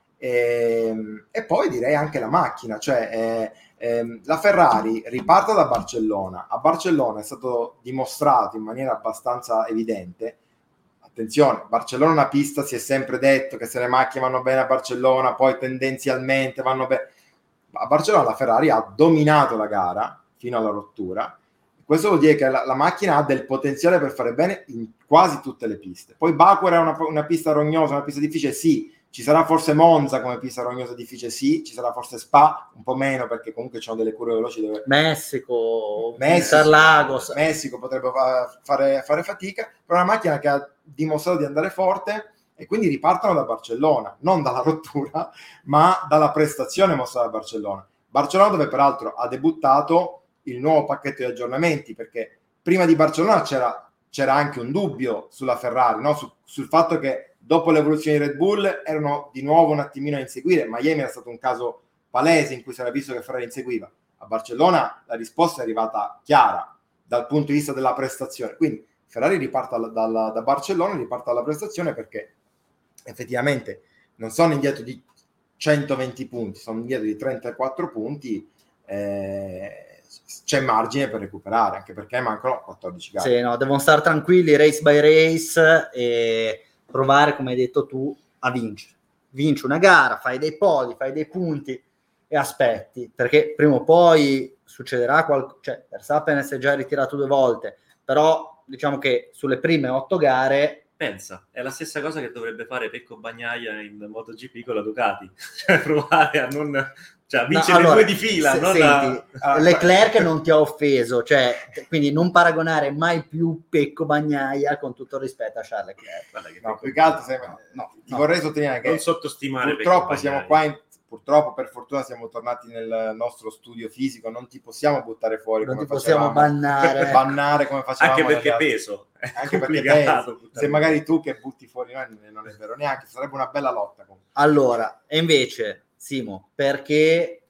E, e poi direi anche la macchina, cioè eh, eh, la Ferrari riparte da Barcellona. A Barcellona è stato dimostrato in maniera abbastanza evidente. Attenzione, Barcellona è una pista, si è sempre detto che se le macchine vanno bene a Barcellona, poi tendenzialmente vanno bene. A Barcellona la Ferrari ha dominato la gara fino alla rottura. Questo vuol dire che la, la macchina ha del potenziale per fare bene in quasi tutte le piste. Poi Baku era una, una pista rognosa, una pista difficile, sì. Ci sarà forse Monza come pista rognosa difficile, sì. Ci sarà forse Spa, un po' meno, perché comunque ci sono delle curve veloci dove... Messico, Messico, Interlagos. Messico potrebbe fa- fare, fare fatica, però è una macchina che ha dimostrato di andare forte e quindi ripartono da Barcellona, non dalla rottura, ma dalla prestazione mostrata da Barcellona. Barcellona dove peraltro ha debuttato il nuovo pacchetto di aggiornamenti, perché prima di Barcellona c'era, c'era anche un dubbio sulla Ferrari, no? Su, sul fatto che dopo l'evoluzione di Red Bull erano di nuovo un attimino a inseguire. Miami era stato un caso palese in cui si era visto che Ferrari inseguiva. A Barcellona la risposta è arrivata chiara dal punto di vista della prestazione, quindi Ferrari riparte da, da, da Barcellona, riparte dalla prestazione perché effettivamente non sono indietro di centoventi punti, sono indietro di trentaquattro punti, eh, c'è margine per recuperare, anche perché mancano quattordici gare. Sì, no, devono stare tranquilli, race by race, e provare, come hai detto tu, a vincere. Vinci una gara, fai dei podi, fai dei punti e aspetti, perché prima o poi succederà qualcosa. Cioè, Verstappen si è già ritirato due volte, però diciamo che sulle prime otto gare... Pensa, è la stessa cosa che dovrebbe fare Pecco Bagnaia in MotoGP con la Ducati, cioè provare a non... cioè a vincere no, allora, due di fila, se, non senti, a... Leclerc non ti ha offeso, cioè, quindi non paragonare mai più Pecco Bagnaia, con tutto il rispetto, a Charles Leclerc. No, più che altro, se... no, no, ti no. vorrei sottolineare che non sottostimare purtroppo siamo qua in... purtroppo per fortuna siamo tornati nel nostro studio fisico, non ti possiamo buttare fuori, non come ti possiamo bannare bannare come facevamo, anche perché peso, anche perché peso. Se magari tu che butti fuori noi non è vero neanche, sarebbe una bella lotta comunque. Allora, e invece Simo, perché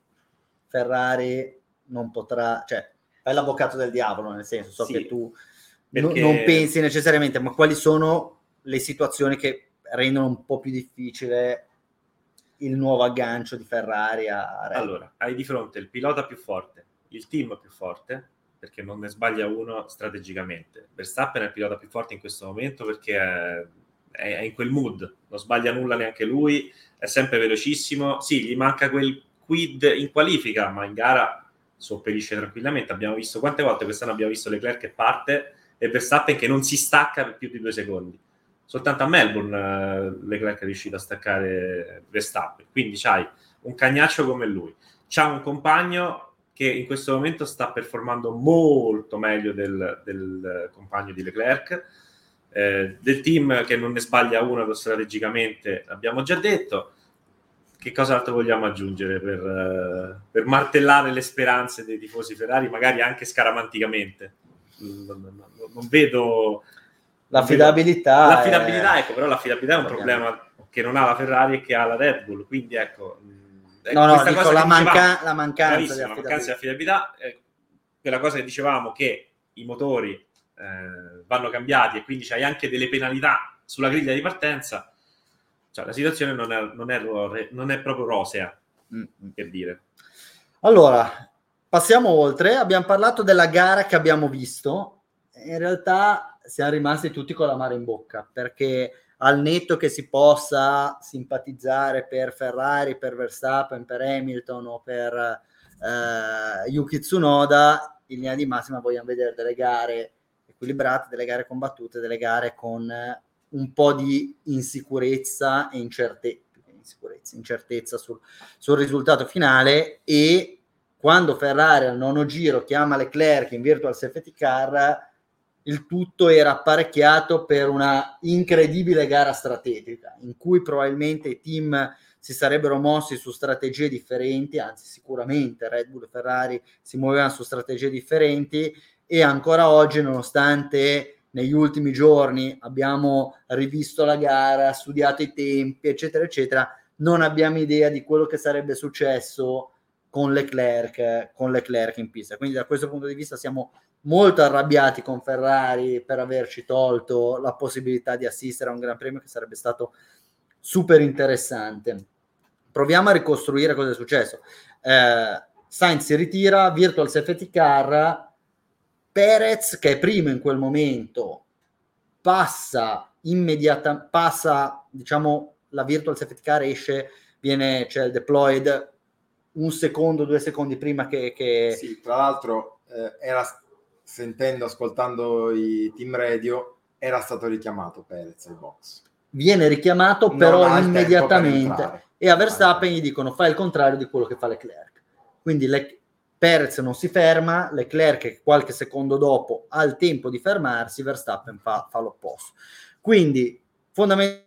Ferrari non potrà, cioè fai l'avvocato del diavolo, nel senso, so sì, che tu perché... no, non pensi necessariamente, ma quali sono le situazioni che rendono un po' più difficile il nuovo aggancio di Ferrari a Red Bull? Allora, hai di fronte il pilota più forte, il team più forte, perché non ne sbaglia uno strategicamente. Verstappen è il pilota più forte in questo momento perché è, è in quel mood, non sbaglia nulla neanche lui, è sempre velocissimo. Sì, gli manca quel quid in qualifica, ma in gara sopperisce tranquillamente. Abbiamo visto quante volte quest'anno abbiamo visto Leclerc che parte e Verstappen che non si stacca per più di due secondi. Soltanto a Melbourne uh, Leclerc è riuscito a staccare Verstappen, quindi c'hai un cagnaccio come lui, c'ha un compagno che in questo momento sta performando molto meglio del, del compagno di Leclerc, eh, del team che non ne sbaglia uno strategicamente, abbiamo già detto. Che cosa altro vogliamo aggiungere per, uh, per martellare le speranze dei tifosi Ferrari, magari anche scaramanticamente? Non, non, non vedo... L'affidabilità, l'affidabilità è... ecco, però l'affidabilità è un problema che non ha la Ferrari e che ha la Red Bull, quindi ecco, ecco no, no, questa dico cosa la, che manca- dicevamo, la mancanza di bravissimo, la mancanza di affidabilità, eh, quella cosa che dicevamo che i motori eh, vanno cambiati e quindi c'hai anche delle penalità sulla griglia di partenza, cioè la situazione non è, non è, non è proprio rosea, mm-hmm. per dire. Allora, passiamo oltre, abbiamo parlato della gara che abbiamo visto, in realtà siamo rimasti tutti con l'amaro in bocca, perché al netto che si possa simpatizzare per Ferrari, per Verstappen, per Hamilton o per eh, Yuki Tsunoda, in linea di massima vogliamo vedere delle gare equilibrate, delle gare combattute, delle gare con un po' di insicurezza e incertezza, insicurezza, incertezza sul, sul risultato finale, e quando Ferrari al nono giro chiama Leclerc in virtual safety car, il tutto era apparecchiato per una incredibile gara strategica in cui probabilmente i team si sarebbero mossi su strategie differenti, anzi sicuramente Red Bull e Ferrari si muovevano su strategie differenti, e ancora oggi, nonostante negli ultimi giorni abbiamo rivisto la gara, studiato i tempi, eccetera, eccetera, non abbiamo idea di quello che sarebbe successo con Leclerc, con Leclerc in pista. Quindi da questo punto di vista siamo molto arrabbiati con Ferrari per averci tolto la possibilità di assistere a un Gran Premio che sarebbe stato super interessante. Proviamo a ricostruire cosa è successo. Eh, Sainz si ritira, virtual safety car, Perez, che è primo in quel momento, passa immediatamente, passa, diciamo, la virtual safety car esce, viene, c'è il deployed un secondo, due secondi prima che... che... Sì, tra l'altro eh, era, sentendo, ascoltando i team radio, era stato richiamato Perez al box. Viene richiamato, non però immediatamente, e a Verstappen gli dicono fai il contrario di quello che fa Leclerc. Quindi le, Perez non si ferma, Leclerc qualche secondo dopo ha il tempo di fermarsi, Verstappen fa, fa l'opposto. Quindi fondamentalmente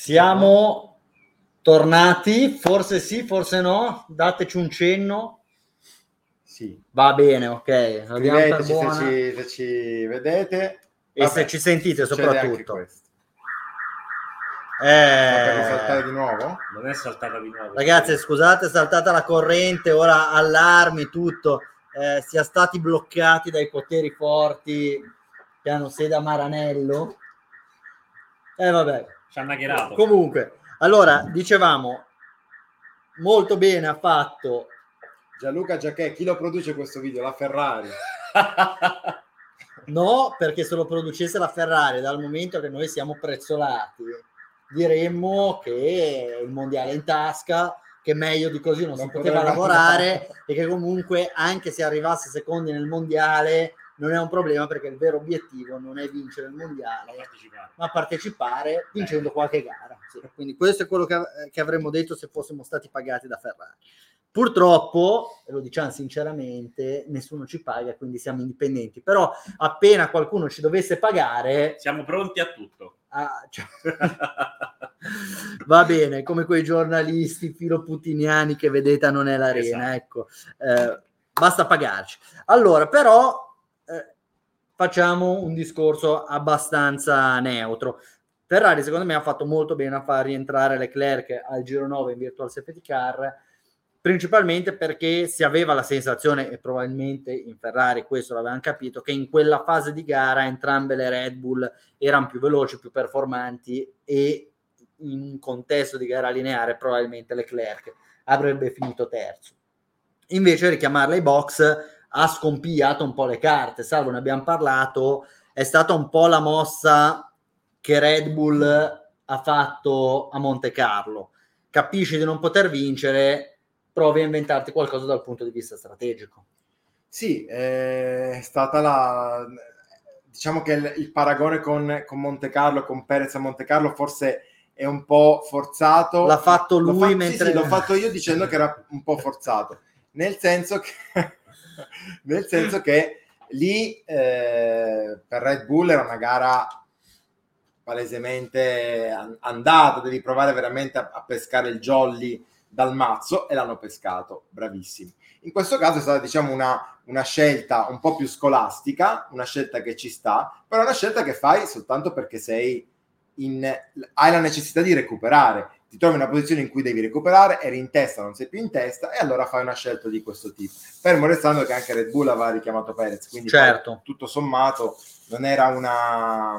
Siamo tornati, forse sì, forse no, dateci un cenno. Sì. Va bene, ok. Scriveteci se ci, se ci vedete. E Vabbè, se ci sentite soprattutto. Anche Eh... Sta per risaltare di nuovo? Non è saltata di nuovo. Ragazzi, scusate, è saltata la corrente, ora allarmi, tutto. Eh, sia stati bloccati dai poteri forti che hanno sede a Maranello. E eh, vabbè. Ci hanno hackerato. Comunque, allora, dicevamo, molto bene ha fatto Gianluca Giacchè. Chi lo produce questo video? La Ferrari. No, perché se lo producesse la Ferrari, dal momento che noi siamo prezzolati, diremmo che il mondiale è in tasca, che meglio di così non, non si poteva lavorare andare. E che comunque anche se arrivasse secondi nel mondiale non è un problema, perché il vero obiettivo non è vincere il mondiale, partecipare. ma partecipare vincendo eh. qualche gara. Sì. Quindi questo è quello che, che avremmo detto se fossimo stati pagati da Ferrari. Purtroppo, e lo diciamo sinceramente, nessuno ci paga, quindi siamo indipendenti. Però appena qualcuno ci dovesse pagare... Siamo pronti a tutto. Ah, cioè... Va bene, come quei giornalisti filoputiniani che vedete a Non è l'Arena. Esatto. Ecco, eh, basta pagarci. Allora, però, eh, facciamo un discorso abbastanza neutro. Ferrari, secondo me, ha fatto molto bene a far rientrare Leclerc al Giro nove in Virtual Safety Car, principalmente perché si aveva la sensazione, e probabilmente in Ferrari questo l'avevano capito, che in quella fase di gara entrambe le Red Bull erano più veloci, più performanti, e in un contesto di gara lineare probabilmente Leclerc avrebbe finito terzo. Invece richiamarla ai box ha scompigliato un po' le carte. Salvo, ne abbiamo parlato, è stata un po' la mossa che Red Bull ha fatto a Monte Carlo. Capisci di non poter vincere, provi a inventarti qualcosa dal punto di vista strategico. Sì, è stata la... diciamo che il, il paragone con, con Monte Carlo, con Perez a Monte Carlo, forse è un po' forzato. L'ha fatto lui, l'ho fatto, mentre... Sì, sì, l'ho fatto io dicendo che era un po' forzato, nel senso che, nel senso che lì eh, per Red Bull era una gara palesemente andata, devi provare veramente a, a pescare il jolly dal mazzo, e l'hanno pescato, bravissimi. In questo caso è stata, diciamo, una, una scelta un po' più scolastica, una scelta che ci sta, però una scelta che fai soltanto perché sei in, hai la necessità di recuperare, ti trovi in una posizione in cui devi recuperare, eri in testa, non sei più in testa, e allora fai una scelta di questo tipo. Fermo restando che anche Red Bull aveva richiamato Perez, quindi certo, poi, tutto sommato non era una,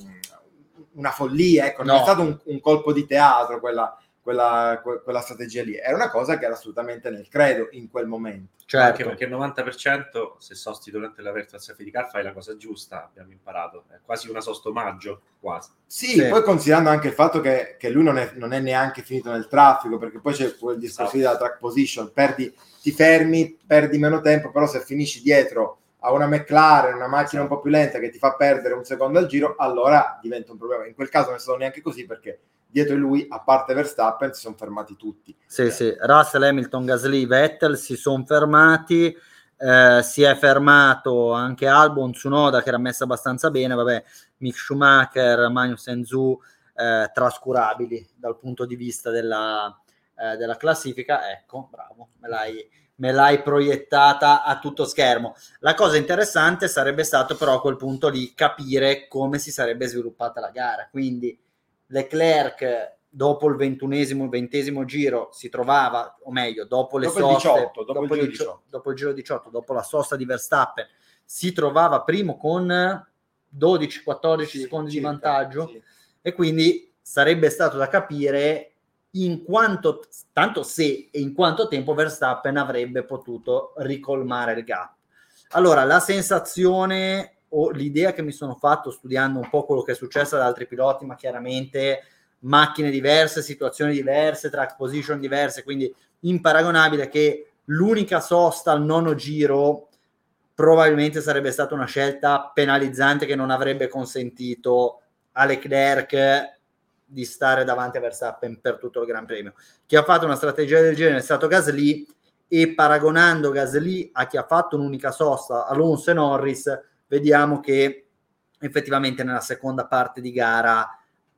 una follia, ecco, non no. è stato un, un colpo di teatro quella Quella, quella strategia lì, era una cosa che era assolutamente nel credo in quel momento. Certo. Anche perché il novanta per cento se sosti durante la virtual safety car fai la cosa giusta, abbiamo imparato, è quasi una sostomaggio, quasi. Sì, sì. Poi considerando anche il fatto che, che lui non è, non è neanche finito nel traffico, perché poi c'è quel discorso della track position, perdi, ti fermi, perdi meno tempo, però se finisci dietro a una McLaren, una macchina un po' più lenta che ti fa perdere un secondo al giro, allora diventa un problema. In quel caso non è stato neanche così, perché dietro lui, a parte Verstappen, si sono fermati tutti. Sì, eh. sì, Russell, Hamilton, Gasly, Vettel si sono fermati, eh, si è fermato anche Albon, Tsunoda, che era messa abbastanza bene, vabbè, Mick Schumacher, Magnussen, Zhou, eh, trascurabili dal punto di vista della, eh, della classifica. Ecco, bravo, me l'hai, me l'hai proiettata a tutto schermo. La cosa interessante sarebbe stato però a quel punto lì capire come si sarebbe sviluppata la gara, quindi Leclerc dopo il ventunesimo, ventesimo giro si trovava, o meglio, dopo le dopo soste, il diciotto, dopo, dopo, il il diciotto. dopo il giro diciotto, dopo la sosta di Verstappen, si trovava primo con dodici quattordici sì, secondi circa, di vantaggio, sì. E quindi sarebbe stato da capire in quanto, tanto se e in quanto tempo Verstappen avrebbe potuto ricolmare il gap. Allora, la sensazione o l'idea che mi sono fatto studiando un po' quello che è successo ad altri piloti, ma chiaramente macchine diverse, situazioni diverse, track position diverse, quindi imparagonabile, che l'unica sosta al nono giro probabilmente sarebbe stata una scelta penalizzante che non avrebbe consentito a Leclerc di stare davanti a Verstappen per tutto il Gran Premio. Chi ha fatto una strategia del genere è stato Gasly, e paragonando Gasly a chi ha fatto un'unica sosta, Alonso e Norris, vediamo che effettivamente nella seconda parte di gara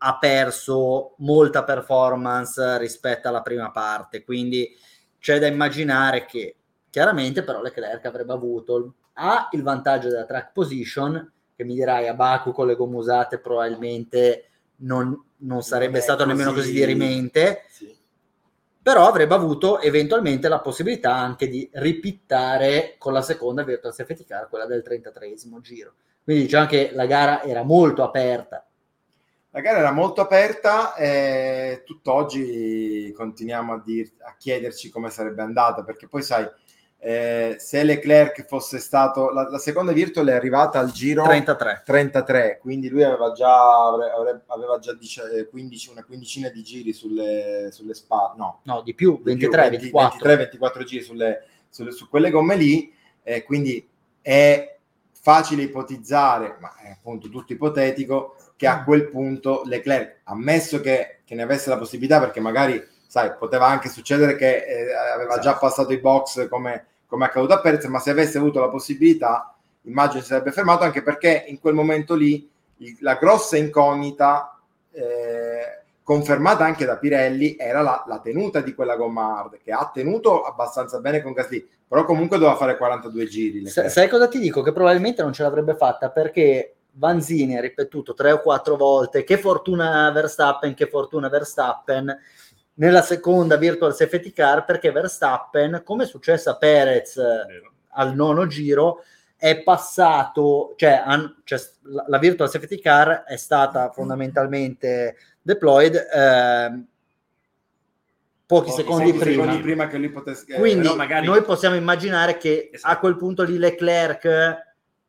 ha perso molta performance rispetto alla prima parte, quindi c'è da immaginare che chiaramente però Leclerc avrebbe avuto A, il vantaggio della track position, che mi dirai a Baku con le gomme usate probabilmente non, non sarebbe non stato così... nemmeno così dirimente, sì. Però avrebbe avuto eventualmente la possibilità anche di ripittare con la seconda virtual safety car, quella del trentatreesimo giro. Quindi diciamo che la gara era molto aperta. La gara era molto aperta e tutt'oggi continuiamo a, dir, a chiederci come sarebbe andata, perché poi sai, eh, se Leclerc fosse stato... La, la seconda virtual è arrivata al giro trentatré, trentatré, quindi lui aveva già, avrebbe, aveva già quindici, una quindicina di giri sulle, sulle spalle, no. No, di più, di ventitré, più, ventiquattro. ventitré ventiquattro giri sulle, sulle, su quelle gomme lì, eh, quindi è facile ipotizzare, ma è appunto tutto ipotetico, che a quel punto Leclerc, ammesso che, che ne avesse la possibilità, perché magari, sai, poteva anche succedere che eh, aveva già passato i box come, come è accaduto a Perez, ma se avesse avuto la possibilità, immagino si sarebbe fermato, anche perché in quel momento lì il, la grossa incognita, eh, confermata anche da Pirelli, era la, la tenuta di quella gomma hard, che ha tenuto abbastanza bene con Gasly, però comunque doveva fare quarantadue giri. S- sai cosa ti dico? Che probabilmente non ce l'avrebbe fatta, perché Vanzini ha ripetuto tre o quattro volte che fortuna Verstappen, che fortuna Verstappen nella seconda virtual safety car, perché Verstappen, come è successo a Perez al nono giro, è passato, cioè, an, cioè la, la virtual safety car è stata fondamentalmente deployed eh, pochi, pochi secondi, secondi prima. secondi prima che lui potesse, quindi eh, magari... noi possiamo immaginare che esatto. A quel punto lì Leclerc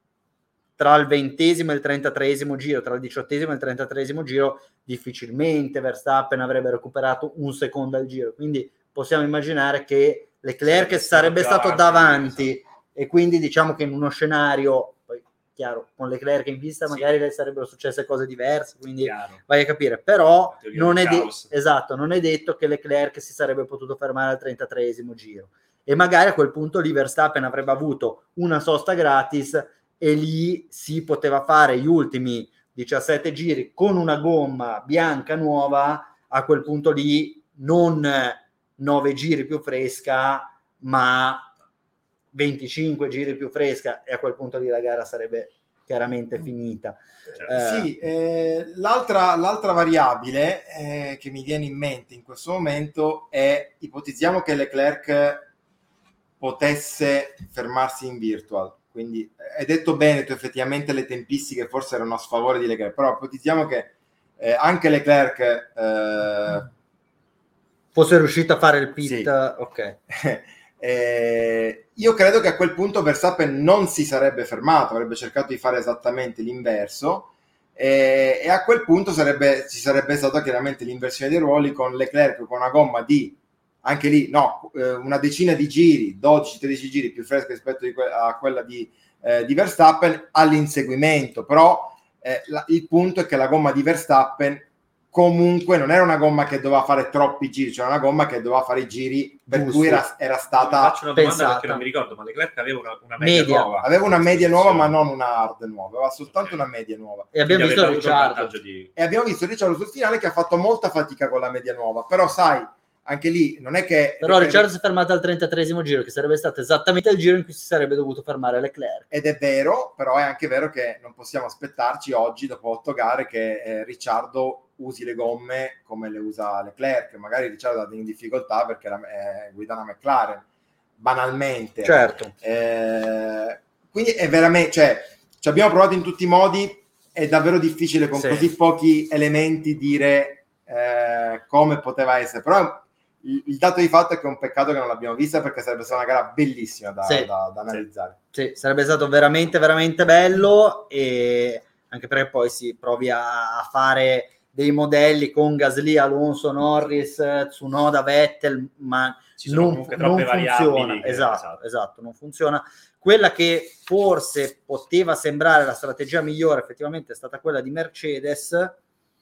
tra il ventesimo e il trentatreesimo giro, tra il diciottesimo e il trentatreesimo giro, difficilmente Verstappen avrebbe recuperato un secondo al giro, quindi possiamo immaginare che Leclerc sarebbe, sarebbe stato avanti, davanti esatto. E quindi diciamo che in uno scenario, poi chiaro, con Leclerc in pista sì. Magari le sarebbero successe cose diverse, quindi chiaro. Vai a capire, però non è, de- esatto, non è detto che Leclerc si sarebbe potuto fermare al trentatreesimo giro, e magari a quel punto lì Verstappen avrebbe avuto una sosta gratis e lì si poteva fare gli ultimi diciassette giri con una gomma bianca nuova, a quel punto lì non nove giri più fresca, ma venticinque giri più fresca, e a quel punto lì la gara sarebbe chiaramente finita. Eh, sì, eh, l'altra, l'altra variabile eh, che mi viene in mente in questo momento è, ipotizziamo che Leclerc potesse fermarsi in virtual, quindi hai detto bene tu, effettivamente le tempistiche forse erano a sfavore di Leclerc, però ipotizziamo che eh, anche Leclerc eh, fosse riuscito a fare il pit, sì. Ok. eh, io credo che a quel punto Verstappen non si sarebbe fermato, avrebbe cercato di fare esattamente l'inverso, eh, e a quel punto sarebbe, ci sarebbe stata chiaramente l'inversione dei ruoli, con Leclerc con una gomma di anche lì no, una decina di giri, dodici tredici giri più fresca rispetto di que- a quella di, eh, di Verstappen all'inseguimento, però eh, la, il punto è che la gomma di Verstappen comunque non era una gomma che doveva fare troppi giri, cioè una gomma che doveva fare i giri per Giusto. Cui era, era stata mi faccio una domanda pensata. Perché non mi ricordo, ma Leclerc aveva una, una media, media nuova, aveva una media nuova ma non una hard nuova, aveva soltanto okay. Una media nuova, e abbiamo visto Ricciardo di... e abbiamo visto Ricciardo sul finale che ha fatto molta fatica con la media nuova, però sai, anche lì non è che... Però Ricciardo si è fermato al trentatreesimo giro, che sarebbe stato esattamente il giro in cui si sarebbe dovuto fermare Leclerc. Ed è vero, però è anche vero che non possiamo aspettarci oggi, dopo otto gare, che eh, Ricciardo usi le gomme come le usa Leclerc. Magari Ricciardo ha in difficoltà perché la, eh, guida una McLaren, banalmente. Certo. Eh, quindi è veramente... Cioè, ci abbiamo provato in tutti i modi, è davvero difficile con sì. Così pochi elementi dire eh, come poteva essere, però... Il dato di fatto è che è un peccato che non l'abbiamo vista, perché sarebbe stata una gara bellissima da, sì, da, da analizzare. Sì, sì, sarebbe stato veramente veramente bello, e anche perché poi si provi a, a fare dei modelli con Gasly, Alonso, Norris, Tsunoda, Vettel, ma non, non funziona. Che, esatto, esatto, esatto, non funziona. Quella che forse poteva sembrare la strategia migliore effettivamente è stata quella di Mercedes,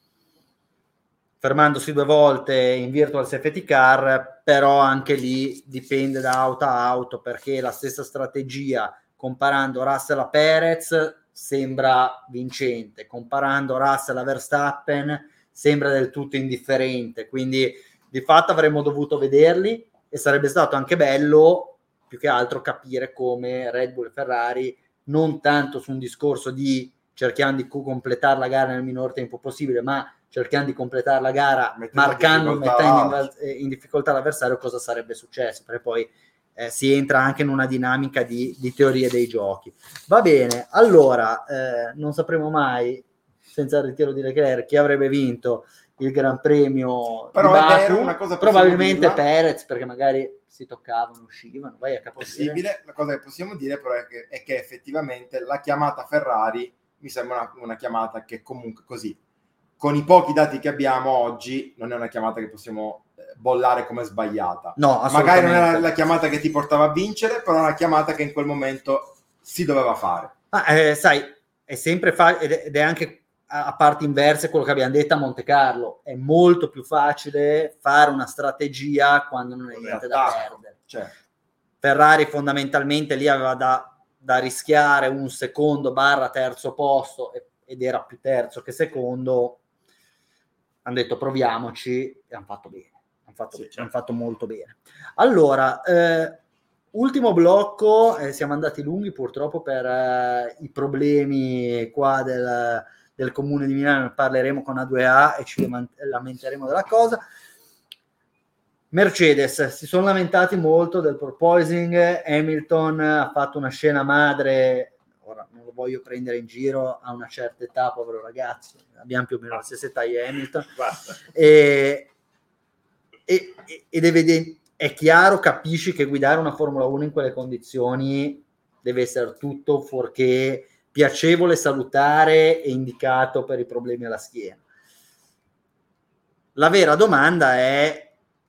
fermandosi due volte in virtual safety car, però anche lì dipende da auto a auto, perché la stessa strategia, comparando Russell a Perez, sembra vincente, comparando Russell a Verstappen sembra del tutto indifferente, quindi di fatto avremmo dovuto vederli e sarebbe stato anche bello più che altro capire come Red Bull e Ferrari, non tanto su un discorso di cerchiamo di completare la gara nel minor tempo possibile, ma cerchiamo di completare la gara Mettendo marcando, mettendo in, in difficoltà l'avversario, cosa sarebbe successo, perché poi eh, si entra anche in una dinamica di, di teorie dei giochi. Va bene, allora eh, non sapremo mai, senza il ritiro di Leclerc, chi avrebbe vinto il Gran Premio. Però di Baku. È vero, una cosa probabilmente dirla, Perez, perché magari si toccavano, uscivano, vai a capire. Possibile, la cosa che possiamo dire però è che, è che effettivamente la chiamata Ferrari mi sembra una, una chiamata che comunque così, con i pochi dati che abbiamo oggi, non è una chiamata che possiamo bollare come sbagliata. No, magari non era la chiamata che ti portava a vincere, però è una chiamata che in quel momento si doveva fare. Ah, eh, sai, è sempre fa- ed è anche a parti inverse quello che abbiamo detto a Monte Carlo. È molto più facile fare una strategia quando non hai niente da perdere. Cioè. Ferrari fondamentalmente lì aveva da, da rischiare un secondo barra terzo posto ed era più terzo che secondo. Hanno detto proviamoci e hanno fatto bene, hanno fatto, sì, certo. hanno fatto molto bene. Allora, eh, ultimo blocco, eh, siamo andati lunghi purtroppo per eh, i problemi qua del, del comune di Milano, parleremo con A due A e ci lamenteremo della cosa. Mercedes, si sono lamentati molto del porpoising, Hamilton ha fatto una scena madre, ora non lo voglio prendere in giro, a una certa età, povero ragazzo, abbiamo più o meno la stessa età di Hamilton, e, e, ed è, è chiaro, capisci che guidare una Formula uno in quelle condizioni deve essere tutto fuorché piacevole, salutare e indicato per i problemi alla schiena. La vera domanda è: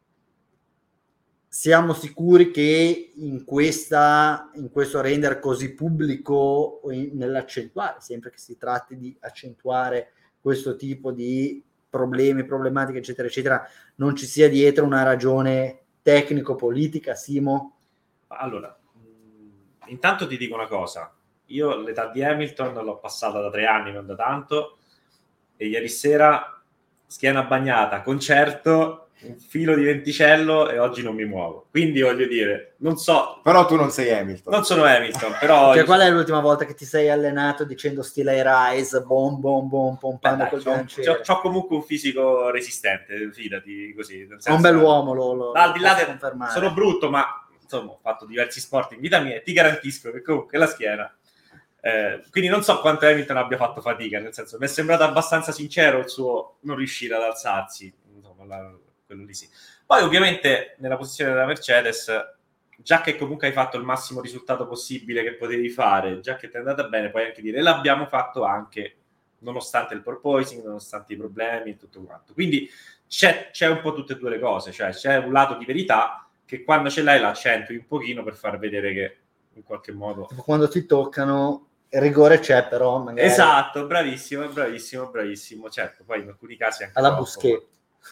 siamo sicuri che in questa in questo render così pubblico, nell'accentuare, sempre che si tratti di accentuare questo tipo di problemi, problematiche, eccetera, eccetera, non ci sia dietro una ragione tecnico-politica, Simo? Allora, intanto ti dico una cosa. Io l'età di Hamilton l'ho passata da tre anni, non da tanto, e ieri sera schiena bagnata, concerto, un filo di venticello e oggi non mi muovo. Quindi voglio dire, non so... Però tu non sei Hamilton. Non sono Hamilton, però... Cioè, qual è l'ultima volta che ti sei allenato dicendo stile Rise, bom bom bom, pompando col bilanciere? C'ho comunque un fisico resistente, fidati, così. Nel senso, un bell'uomo, lo, lo, al di là lo del, sono brutto, ma insomma ho fatto diversi sport in vita mia e ti garantisco che comunque la schiena... Eh, quindi non so quanto Hamilton abbia fatto fatica, nel senso mi è sembrato abbastanza sincero il suo non riuscire ad alzarsi, insomma, la, quello lì sì. Poi ovviamente nella posizione della Mercedes, già che comunque hai fatto il massimo risultato possibile che potevi fare, già che ti è andata bene, puoi anche dire l'abbiamo fatto anche nonostante il porpoising, nonostante i problemi e tutto quanto. Quindi c'è, c'è un po' tutte e due le cose, cioè c'è un lato di verità che quando ce l'hai l'accentui un pochino per far vedere che in qualche modo... Quando ti toccano... il rigore c'è, però magari... Esatto, bravissimo, bravissimo, bravissimo. Certo, poi in alcuni casi anche alla troppo. Busquets.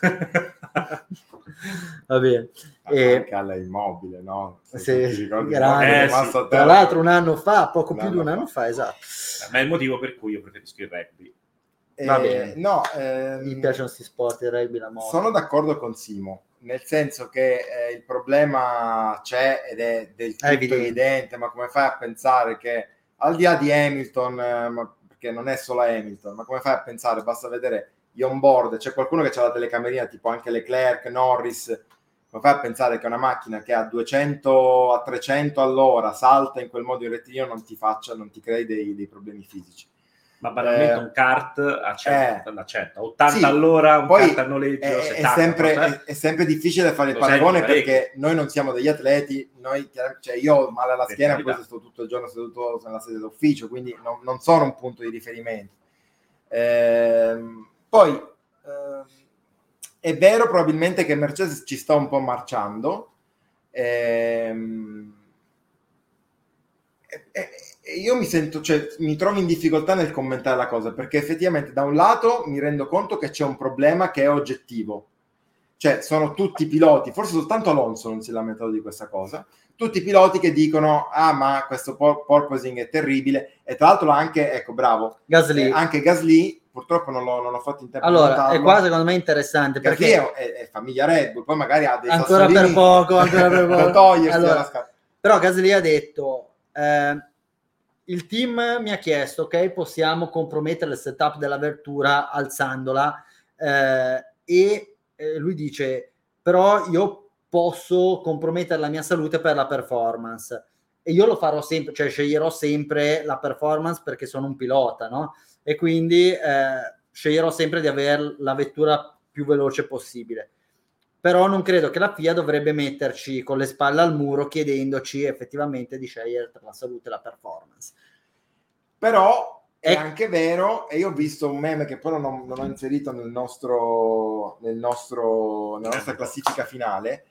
Va bene. E... anche alla Immobile, no? Se sì, ti ricordi, grande, eh, sì. Tra l'altro un anno fa, poco un più di un anno fa, fa, esatto. Ma è il motivo per cui io preferisco il rugby. Eh, Va bene. No, ehm, mi piacciono questi sport, il rugby, la moto. Sono d'accordo con Simo, nel senso che eh, il problema c'è ed è del tutto è evidente. evidente, ma come fai a pensare che al di là di Hamilton, eh, ma perché non è solo Hamilton, ma come fai a pensare, basta vedere gli on-board, c'è qualcuno che ha la telecamerina, tipo anche Leclerc, Norris, come fai a pensare che una macchina che a duecento, a trecento all'ora salta in quel modo in rettilineo non ti faccia, non ti crei dei, dei problemi fisici? Ma banalmente eh, un kart a cento, eh, cento, ottanta sì, all'ora, un kart a noleggio, è, settanta, è, sempre, è, è sempre difficile fare il paragone perché noi non siamo degli atleti, noi, cioè io ho male alla schiena, poi sto tutto il giorno seduto nella sede d'ufficio, quindi non, non sono un punto di riferimento. Ehm, poi ehm, è vero probabilmente che Mercedes ci sta un po' marciando, ehm, e, e, io mi sento, cioè mi trovo in difficoltà nel commentare la cosa, perché effettivamente da un lato mi rendo conto che c'è un problema che è oggettivo, cioè sono tutti piloti, forse soltanto Alonso non si è lamentato di questa cosa, tutti piloti che dicono ah ma questo por- porpoising è terribile, e tra l'altro anche, ecco bravo, Gasly, eh, anche Gasly purtroppo non l'ho, non l'ho fatto in tempo. Allora, è qua secondo me interessante perché, perché perché è, è famiglia Red Bull, poi magari ha dei ancora per poco, ancora per poco. da togliersi allora, dalla scatola. Però Gasly ha detto eh, il team mi ha chiesto ok, possiamo compromettere il setup della vettura alzandola eh, e eh, lui dice però io posso compromettere la mia salute per la performance e io lo farò sempre, cioè sceglierò sempre la performance perché sono un pilota, no? E quindi eh, sceglierò sempre di avere la vettura più veloce possibile. Però non credo che la F I A dovrebbe metterci con le spalle al muro chiedendoci effettivamente di scegliere tra la salute e la performance. Però è e... anche vero, e io ho visto un meme che però non, non ho inserito nel nostro, nel nostro, nella nostra classifica finale,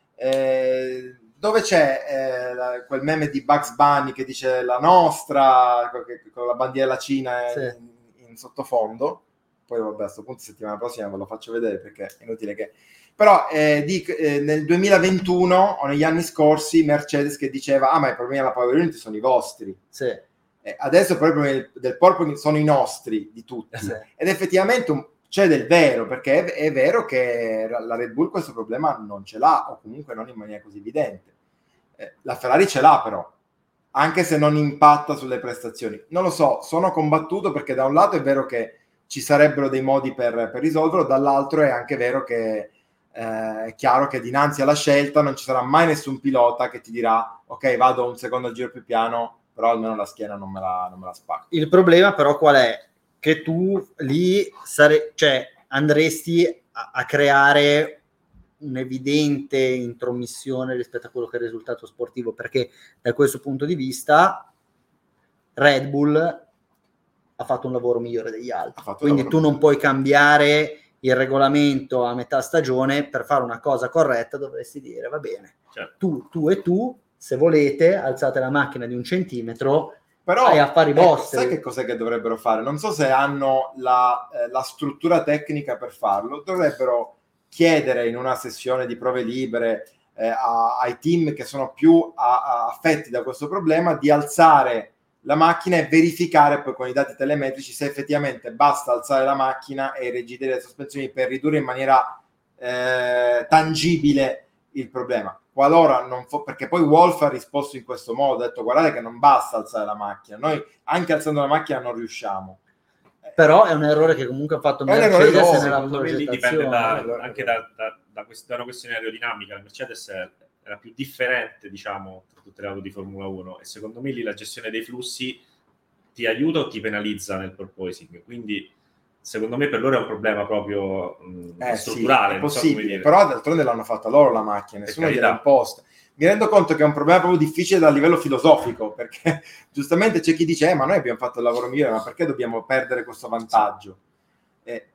eh, dove c'è eh, la, quel meme di Bugs Bunny che dice la nostra, con la bandiera della Cina sì. in, in sottofondo. Poi vabbè, a questo punto settimana prossima ve lo faccio vedere perché è inutile che... Però eh, di, eh, nel duemilaventuno o negli anni scorsi Mercedes che diceva ah ma i problemi della Power Unit sono i vostri. Sì. Eh, adesso però i problemi del porpoising sono i nostri, di tutti. Sì. Ed effettivamente un, c'è del vero, perché è, è vero che la Red Bull questo problema non ce l'ha, o comunque non in maniera così evidente. Eh, la Ferrari ce l'ha però, anche se non impatta sulle prestazioni. Non lo so, sono combattuto perché da un lato è vero che ci sarebbero dei modi per, per risolverlo, dall'altro è anche vero che eh, è chiaro che dinanzi alla scelta non ci sarà mai nessun pilota che ti dirà ok, vado un secondo giro più piano, però almeno la schiena non me la, non me la spacco. Il problema però qual è? Che tu lì sare- cioè, andresti a, a creare un'evidente intromissione rispetto a quello che è il risultato sportivo, perché da questo punto di vista Red Bull ha fatto un lavoro migliore degli altri, quindi tu non puoi cambiare il regolamento a metà stagione per fare una cosa corretta, dovresti dire va bene, certo. tu, tu e tu se volete alzate la macchina di un centimetro, però ai affari ecco, vostri. Sai che cos'è che dovrebbero fare? Non so se hanno la, eh, la struttura tecnica per farlo, dovrebbero chiedere in una sessione di prove libere eh, a, ai team che sono più a, a affetti da questo problema di alzare la macchina e verificare poi con i dati telemetrici se effettivamente basta alzare la macchina e irrigidire le sospensioni per ridurre in maniera eh, tangibile il problema. Qualora non fo- perché poi Wolf ha risposto in questo modo, ha detto guardate che non basta alzare la macchina, noi anche alzando la macchina non riusciamo. Però è un errore che comunque ha fatto Mercedes no, nella progettazione. Dipende da, anche da, da, da, quest- da una questione aerodinamica. La Mercedes è, è la più differente, diciamo, tra tutte le auto di Formula uno, e secondo me lì la gestione dei flussi ti aiuta o ti penalizza nel porpoising, quindi secondo me per loro è un problema proprio mh, eh, strutturale. Sì, è possibile, so però d'altronde l'hanno fatta loro la macchina, nessuno gliel'ha imposta. Mi rendo conto che è un problema proprio difficile dal livello filosofico, perché giustamente c'è chi dice eh, ma noi abbiamo fatto il lavoro migliore, ma perché dobbiamo perdere questo vantaggio? Eh,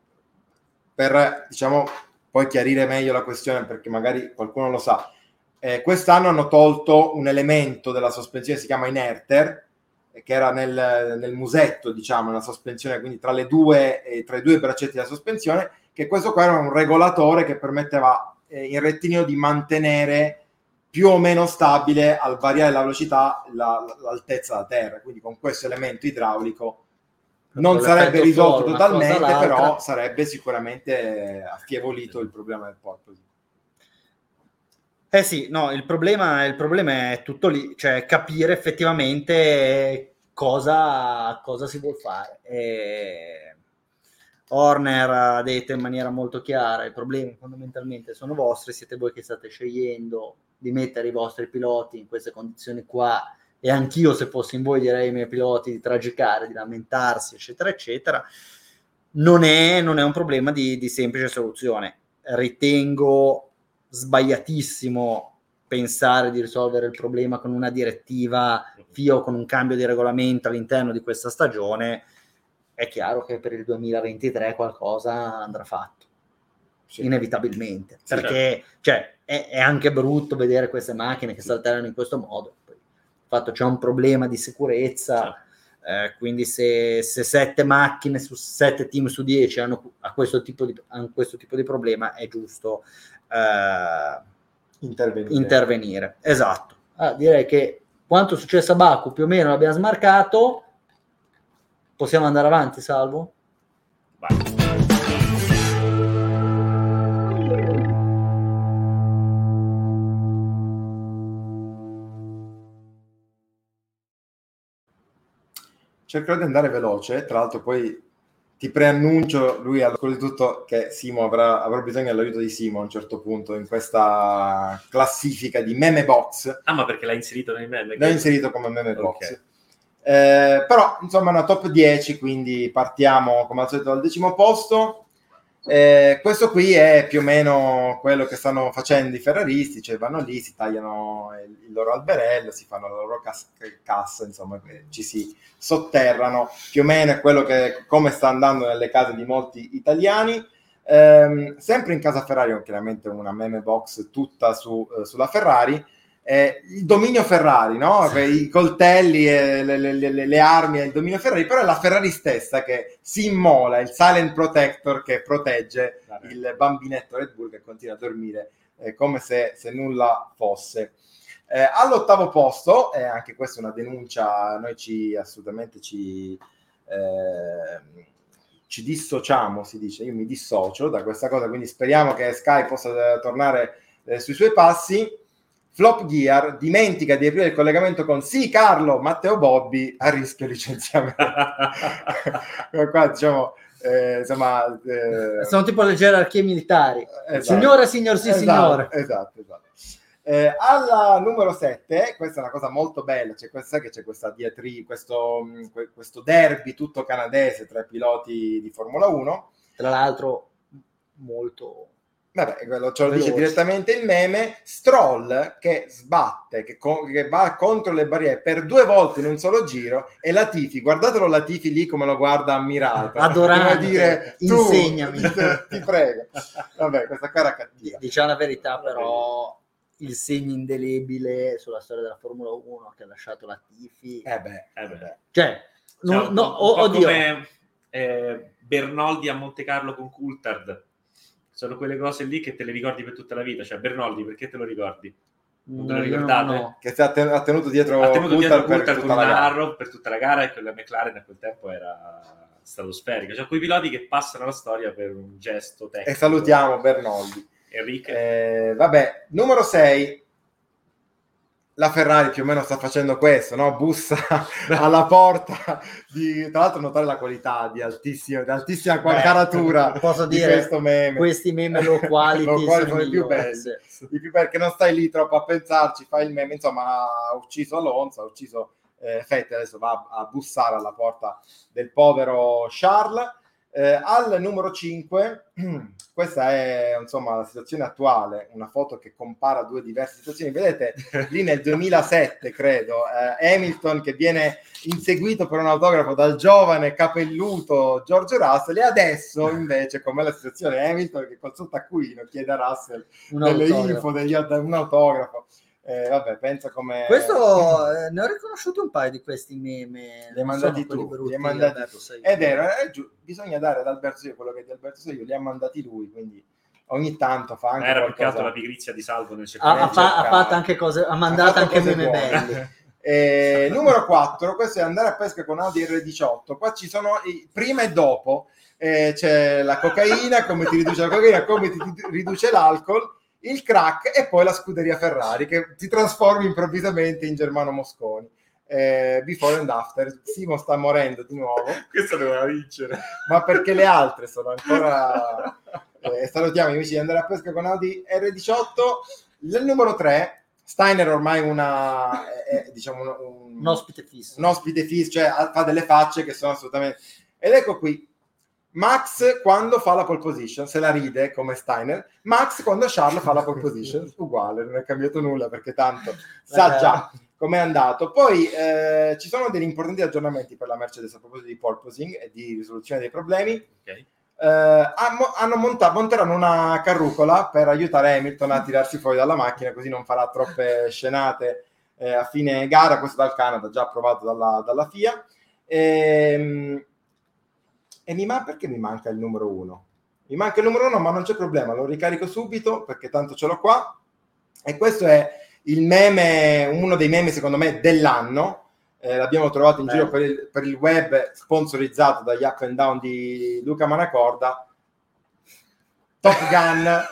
per, diciamo, poi chiarire meglio la questione, perché magari qualcuno lo sa, eh, quest'anno hanno tolto un elemento della sospensione, si chiama inerter, eh, che era nel, nel musetto, diciamo, nella sospensione, quindi tra le due, eh, tra i due braccetti della sospensione, che questo qua era un regolatore che permetteva eh, in rettilineo di mantenere più o meno stabile al variare la velocità la, l'altezza da terra, quindi con questo elemento idraulico non sarebbe risolto solo, totalmente, però sarebbe sicuramente affievolito il problema del porpoising. Eh sì, no, il problema, il problema è tutto lì, cioè capire effettivamente cosa, cosa si vuol fare. E Horner ha detto in maniera molto chiara, i problemi fondamentalmente sono vostri, siete voi che state scegliendo di mettere i vostri piloti in queste condizioni qua, e anch'io se fossi in voi direi ai miei piloti di tragicare, di lamentarsi, eccetera, eccetera. Non è, non è un problema di, di semplice soluzione. Ritengo sbagliatissimo pensare di risolvere il problema con una direttiva F I A o con un cambio di regolamento all'interno di questa stagione. È chiaro che per il duemilaventitré qualcosa andrà fatto, sì. Inevitabilmente, sì, perché certo. Cioè, è, è anche brutto vedere queste macchine che saltellano in questo modo. Poi, il fatto c'è un problema di sicurezza, sì. eh, quindi se, se sette macchine su sette team su dieci hanno a questo tipo di, hanno questo tipo di problema, è giusto eh, intervenire. intervenire. Esatto. Ah, direi che quanto è successo a Baku più o meno l'abbiamo smarcato. Possiamo andare avanti, Salvo? Vai. Cercherò di andare veloce, tra l'altro poi ti preannuncio, lui ha quello di tutto, che Simo avrà, avrà bisogno dell'aiuto di Simo a un certo punto in questa classifica di meme box. Ah, ma perché l'hai inserito nei meme? L'ho inserito come meme box. Okay. Eh, però, insomma, è una top dieci, quindi partiamo come al solito dal decimo posto. Eh, questo qui è più o meno quello che stanno facendo i ferraristi, cioè vanno lì, si tagliano il, il loro alberello, si fanno la loro cassa, cassa insomma, ci si sotterrano, più o meno è quello che come sta andando nelle case di molti italiani. Eh, sempre in casa Ferrari, chiaramente una meme box tutta su, eh, sulla Ferrari. Eh, il dominio Ferrari, no? I coltelli e le, le, le, le armi e il dominio Ferrari, però è la Ferrari stessa che si immola, il silent protector che protegge Vabbè. il bambinetto Red Bull che continua a dormire eh, come se, se nulla fosse. Eh, all'ottavo posto, e eh, anche questa è una denuncia, noi ci assolutamente ci, eh, ci dissociamo, si dice, io mi dissocio da questa cosa, quindi speriamo che Sky possa tornare eh, sui suoi passi. Flop Gear dimentica di aprire il collegamento con sì Carlo Matteo Bobbi a rischio licenziamento. Qua diciamo eh, insomma eh, sono tipo le gerarchie militari. Esatto. Signora, signor, sì, esatto, signore. Esatto, esatto. Eh, alla numero sette, questa è una cosa molto bella, c'è questa, che c'è questa dietri, questo, questo derby tutto canadese tra i piloti di Formula uno. Tra l'altro molto... Vabbè, quello ce lo dice direttamente il meme. Stroll che sbatte, che, co- che va contro le barriere per due volte in un solo giro, e Latifi, guardatelo Latifi lì come lo guarda ammirato, adorante, dire, insegnami, ti, ti prego. Vabbè, questa cara cattiva. Diciamo la verità, però il segno indelebile sulla storia della Formula uno che ha lasciato Latifi, eh beh, eh beh. cioè, cioè no, un, no, un oh, po' oddio. come eh, Bernoldi a Monte Carlo con Coulthard. Sono quelle cose lì che te le ricordi per tutta la vita. Cioè Bernoldi, perché te lo ricordi? Non te lo ricordate? No, no. Che ha tenuto dietro ha tenuto dietro Coulthard con un Arrow per tutta la gara, e quella McLaren a quel tempo era stratosferica. Cioè quei piloti che passano la storia per un gesto tecnico. E salutiamo Bernoldi. Enrique. Eh, vabbè, numero sei. La Ferrari più o meno sta facendo questo, no? Bussa alla porta di, tra l'altro notare la qualità di altissima, di altissima caratura. Posso di dire, questo meme. Questi meme low quality, low quality sono i più migliori, belli, sì. I più perché non stai lì troppo a pensarci, fai il meme, insomma ha ucciso Alonso, ha ucciso eh, Vettel, adesso va a, a bussare alla porta del povero Charles. Eh, al numero cinque, questa è insomma la situazione attuale, una foto che compara due diverse situazioni. Vedete lì nel duemilasette credo eh, Hamilton che viene inseguito per un autografo dal giovane capelluto George Russell, e adesso invece com'è la situazione? Hamilton che col suo taccuino chiede a Russell un delle autografo. info degli, un autografo. Eh, vabbè, pensa come questo eh, ne ho riconosciuto un paio di questi meme, li hai mandati tu, li hai mandati Alberto, è vero, è giù, bisogna dare ad Alberto Soio quello che è di Alberto Soio, li ha mandati lui, quindi ogni tanto fa anche era qualcosa. più che altro la pigrizia di Salvo nel ha, ha, fa, ha fatto anche cose, ha mandato ha anche meme belli. Eh, numero quattro, questo è andare a pesca con Audi R diciotto. Qua ci sono i prima e dopo, eh, c'è la cocaina, come ti riduce la cocaina, come ti riduce l'alcol, il crack, e poi la scuderia Ferrari che ti trasformi improvvisamente in Germano Mosconi. Eh, before and after. Simo sta morendo di nuovo. Questo doveva vincere, ma perché le altre sono ancora eh, salutiamo gli amici di andare a pesca con Audi R diciotto. Il numero tre, Steiner ormai una è, è, diciamo un, un, un ospite fisso, un ospite fisso, cioè fa delle facce che sono assolutamente, ed ecco qui Max quando fa la pole position, se la ride come Steiner. Max quando Charles fa la pole position, uguale, non è cambiato nulla perché tanto sa già com'è andato. Poi eh, ci sono degli importanti aggiornamenti per la Mercedes a proposito di porpoising e di risoluzione dei problemi. Okay. Eh, hanno montato, monteranno una carrucola per aiutare Hamilton a tirarsi fuori dalla macchina, così non farà troppe scenate eh, a fine gara. Questo dal Canada, già approvato dalla, dalla F I A. E, e mi manca, perché mi manca il numero uno? Mi manca il numero uno, ma non c'è problema, lo ricarico subito perché tanto ce l'ho qua. E questo è il meme, uno dei meme secondo me dell'anno. eh, l'abbiamo trovato in Beh. giro per il, per il web, sponsorizzato dagli Up and Down di Luca Manacorda. Top Gun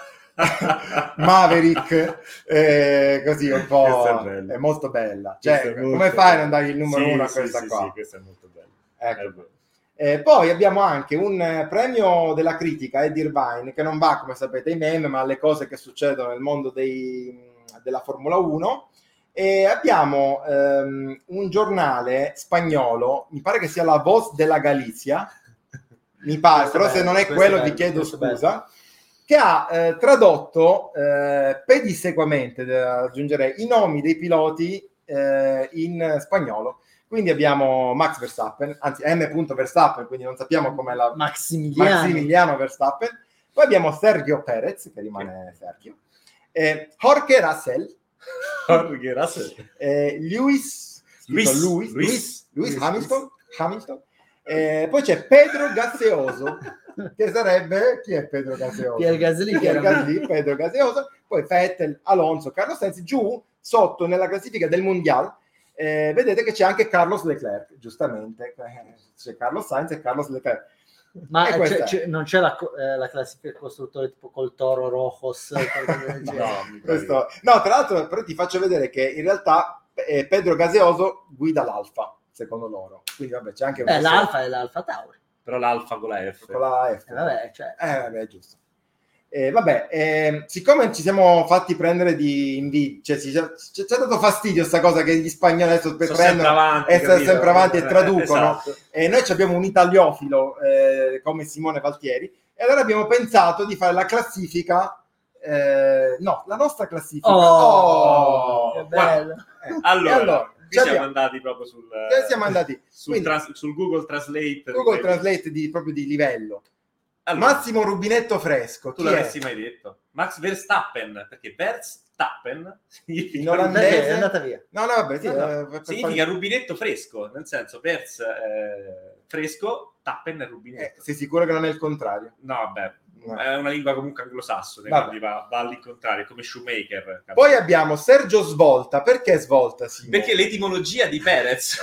Maverick, eh, così un po' è, è molto bella, cioè come fai a non dare il numero sì, uno a sì, questa sì, qua? Sì, questa è molto bella. Ecco. Eh, poi abbiamo anche un eh, premio della critica, Eddie Irvine, che non va, come sapete, ai meme, ma alle cose che succedono nel mondo dei, della Formula uno. E abbiamo ehm, un giornale spagnolo, mi pare che sia La Voz de la Galizia, mi pare, però se non è quello vi chiedo scusa, che ha eh, tradotto eh, pedissequamente, eh, aggiungerei, i nomi dei piloti eh, in spagnolo. Quindi abbiamo Max Verstappen, anzi M. Verstappen, quindi non sappiamo com'è la Maximiliano. Maximiliano Verstappen. Poi abbiamo Sergio Perez, che rimane Sergio, eh, Jorge Russell, Jorge Russell, eh, Lewis, Luis, Lewis, Luis, Lewis, Lewis Luis, Hamilton, Hamilton. Eh, poi c'è Pedro Gaseoso, che sarebbe, chi è Pedro Gaseoso? Pierre Gasly, Pierre Gasly, Pedro Gaseoso, poi Vettel, Alonso, Carlos Sainz, giù sotto nella classifica del Mondial. Eh, vedete che c'è anche Carlos Leclerc, giustamente, eh, c'è Carlos Sainz e Carlos Leclerc. Ma E c'è, c'è, non c'è la, eh, la classifica costruttore tipo col Toro Rojos? no, questo, no, tra l'altro però ti faccio vedere che in realtà eh, Pedro Gaseoso guida l'Alfa, secondo loro. Quindi vabbè, c'è anche un eh, l'Alfa è l'Alfa Tauri. Però l'Alfa con la F. Con la F. Eh, vabbè, cioè. eh, vabbè, giusto. Eh, vabbè, eh, siccome ci siamo fatti prendere di invidia, cioè ci, ci, ci ha dato fastidio sta cosa che gli spagnoli adesso Sono prendono sempre avanti, essere capito? sempre avanti e traducono, Esatto. E noi abbiamo un italiofilo eh, come Simone Valtieri, e allora abbiamo pensato di fare la classifica, eh, no, la nostra classifica. Oh, oh che bello. Eh, Allora, allora qui siamo abbiamo, andati proprio sul, siamo andati sul, quindi, trans, sul Google Translate. Google Translate di, proprio di livello. Allora, Massimo Rubinetto Fresco. tu l'avresti mai detto? Max Verstappen, perché Verstappen significa, in olandese è andata via. No, no, vabbè, sì, no, no. eh, per significa fare... rubinetto fresco, nel senso Vers eh, fresco, Tappen è eh, rubinetto. sei sicuro che non è il contrario? No, vabbè, No. è una lingua comunque anglosassone, Vabbè. quindi va, va all'incontrario, come Shoemaker. Poi abbiamo Sergio Svolta. Perché Svolta, Simo? Perché l'etimologia di Perez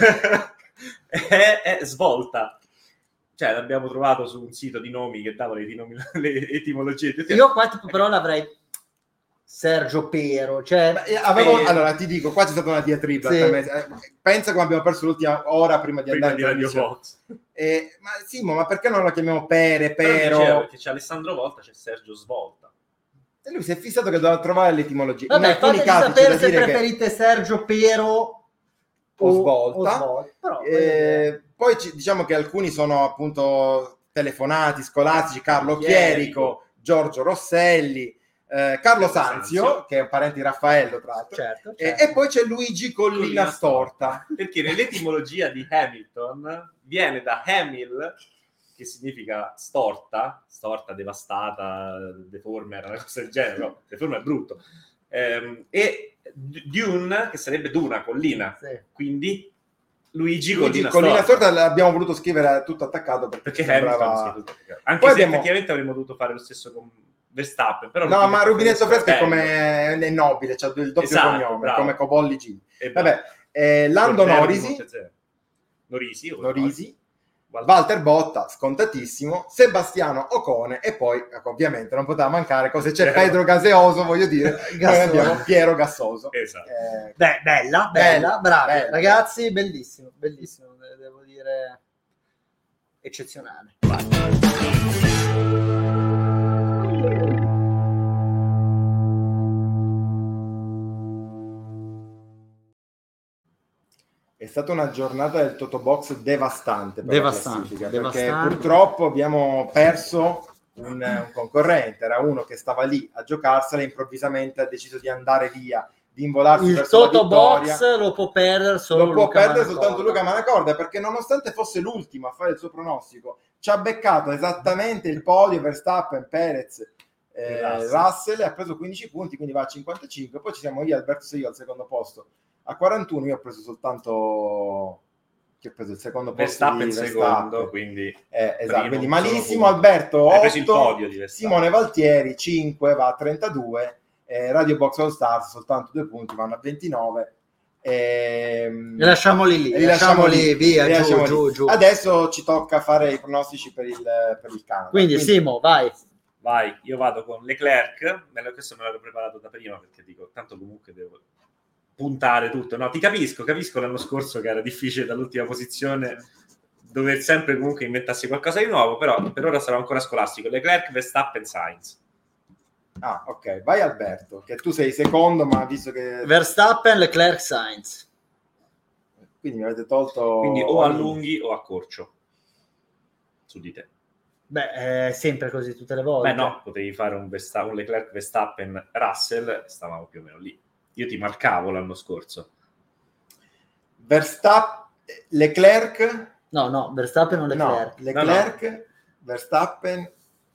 è, è svolta. Cioè, l'abbiamo trovato su un sito di nomi che dava le, etinomi, le etimologie. Io qua tipo però l'avrei Sergio Pero, cioè Beh, avevo, eh, allora ti dico, qua c'è stata una diatriba. Sì. Per me. Eh, pensa come abbiamo perso l'ultima ora prima di prima andare di in Radio trasmissione. Box. Eh, ma Simo, ma perché non lo chiamiamo Pere, Però Pero? diceva, perché c'è Alessandro Volta, c'è Sergio Svolta. E lui si è fissato che doveva trovare l'etimologia. vabbè, in alcuni fateci casi c'è sapere da se dire che preferite Sergio Pero o Svolta. o Svolta. Però, Eh, poi ci, diciamo che alcuni sono appunto telefonati, scolastici, Carlo Chierico, Giorgio Rosselli, eh, Carlo Sanzio, Sanzio. che è un parente di Raffaello tra l'altro, certo, e, certo. e poi c'è Luigi Collina, Collina Storta. Perché nell'etimologia di Hamilton viene da Hamil, che significa storta, storta, devastata, deforme, era una cosa del genere, no, deforme è brutto, ehm, e Dune, che sarebbe Duna, collina, Sì. quindi Luigi, Luigi Collina, Collina Storta. Storta l'abbiamo voluto scrivere tutto attaccato perché, Perché sembrava... Hamilton, sì, tutto attaccato. Anche Poi se abbiamo- effettivamente avremmo dovuto fare lo stesso con Verstappen, però No, ma Rubinetto Fresco è bello. come è nobile, c'ha il doppio Esatto, cognome, bravo. come Cobolli G. E bravo. Vabbè, eh, Lando Con zero di Norisi, Montezemolo. Norisi, o Norisi, Walter. Walter Botta, scontatissimo, Sebastiano Ocone e poi, ecco, ovviamente, non poteva mancare, cosa c'è? Piero. Pedro Gaseoso, voglio dire, Gassoso. noi abbiamo Piero Gassoso. Esatto. Eh, Beh, bella, bella, Bella, bravi bella. ragazzi, bellissimo, bellissimo, de- devo dire eccezionale. è stata una giornata del Totobox devastante per Devastante, la classifica, devastante. perché purtroppo abbiamo perso un, un concorrente, era uno che stava lì a giocarsela e improvvisamente ha deciso di andare via, di involarsi Il verso la Toto vittoria. Box lo può perdere solo Lo può Luca perdere Manacorda. soltanto Luca Manacorda, perché nonostante fosse l'ultimo a fare il suo pronostico, ci ha beccato esattamente il podio Verstappen, Perez, eh, Russell. Russell, e ha preso quindici punti, quindi va a cinquantacinque. Poi ci siamo io, Alberto Seio al secondo posto a quarantuno. Io ho preso soltanto che ho preso il secondo posto Verstappen di secondo, quindi eh, esatto, primo, quindi solo malissimo. punti. Alberto Hai preso il otto, podio di Verstappen. Simone Valtieri cinque, va a trentadue, eh, Radio Box All Stars soltanto due punti, vanno a ventinove. Ehm, li lasciamoli lì, li lasciamo lì, via, li giù, lasciamo giù, lì. giù. Adesso ci tocca fare i pronostici per il, per il Canada. Quindi, Quindi Simo, vai. Vai, io vado con Leclerc, me lo, questo me l'ero preparato da prima perché dico, tanto comunque devo puntare tutto. No, ti capisco, capisco l'anno scorso che era difficile dall'ultima posizione dover sempre comunque inventarsi qualcosa di nuovo, però per ora sarà ancora scolastico. Leclerc, Verstappen, Sainz. Ah, ok, vai Alberto, che tu sei secondo, ma visto che... Verstappen, Leclerc, Sainz. Quindi mi avete tolto... Quindi o a lunghi o a corcio. Su di te. Beh, è sempre così tutte le volte. Beh no, potevi fare un, Versta- un Leclerc, Verstappen, Russell, stavamo più o meno lì. Io ti marcavo l'anno scorso. Verstappen, Leclerc... No, no, Verstappen o Leclerc? No, Leclerc, no, no. Verstappen,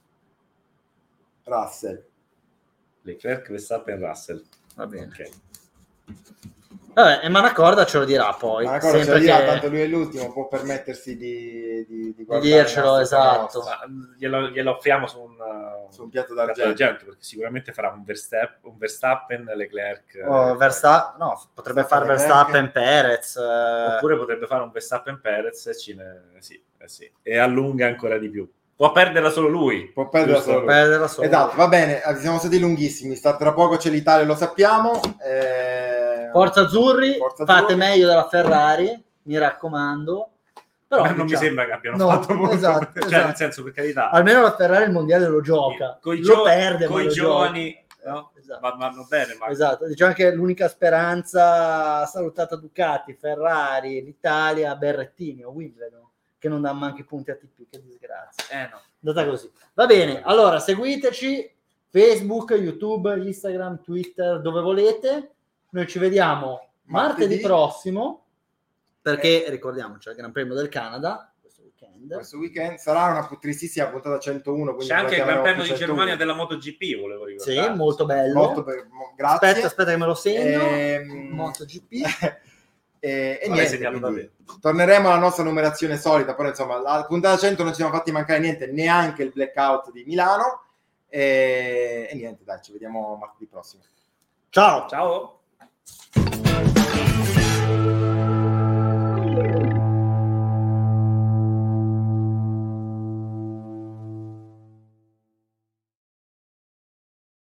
Russell. Leclerc, Verstappen, Russell. Va bene. Okay. Vabbè, e Manacorda ce lo dirà poi. Manacorda ce lo sempre dirà, che... tanto lui è l'ultimo, può permettersi di, di, di, di dircelo, esatto. Ma glielo, glielo offriamo su un, su un piatto d'argento, d'argento, perché sicuramente farà un Verstappen, un Verstappen Leclerc. Oh, Versta- no, potrebbe fare Verstappen, Perez. Eh... Oppure potrebbe fare un Verstappen, Perez e, cine... sì, eh sì. e allunga ancora di più. Può perderla solo lui. Può perderla solo lui. Perderla solo esatto, lui. Va bene, siamo stati lunghissimi. Sta, tra poco c'è l'Italia, lo sappiamo. Eh... Forza Azzurri, Forza fate Azzurri. meglio della Ferrari, mi raccomando. Però non diciamo, mi sembra che abbiano no, fatto molto, esatto, cioè esatto. nel senso, per carità, almeno la Ferrari il mondiale lo gioca, coi lo gio- perde, coi ma lo giovani gioca. no? Esatto. Va- vanno bene, ma Esatto, diciamo che l'unica speranza salutata Ducati, Ferrari, l'Italia, Berrettini o Wimbledon, che non dà manco i punti A T P, che disgrazia. eh no. Andata così. Va bene, allora seguiteci, Facebook, YouTube, Instagram, Twitter, dove volete. Noi ci vediamo martedì, Martedì. prossimo, perché ricordiamoci, il Gran Premio del Canada, questo weekend. Questo weekend sarà una tristissima puntata centouno. C'è anche il Gran Premio di centouno. Germania della MotoGP, volevo Sì, ricordare. molto bello. Molto be- mo- grazie. Aspetta, aspetta che me lo segno. Ehm, MotoGP. e, e L'hai niente, segnato da quindi te. torneremo alla nostra numerazione solita, però insomma la puntata cento non ci siamo fatti mancare niente, neanche il blackout di Milano e, e niente, dai, ci vediamo martedì prossimo. Ciao. Ciao.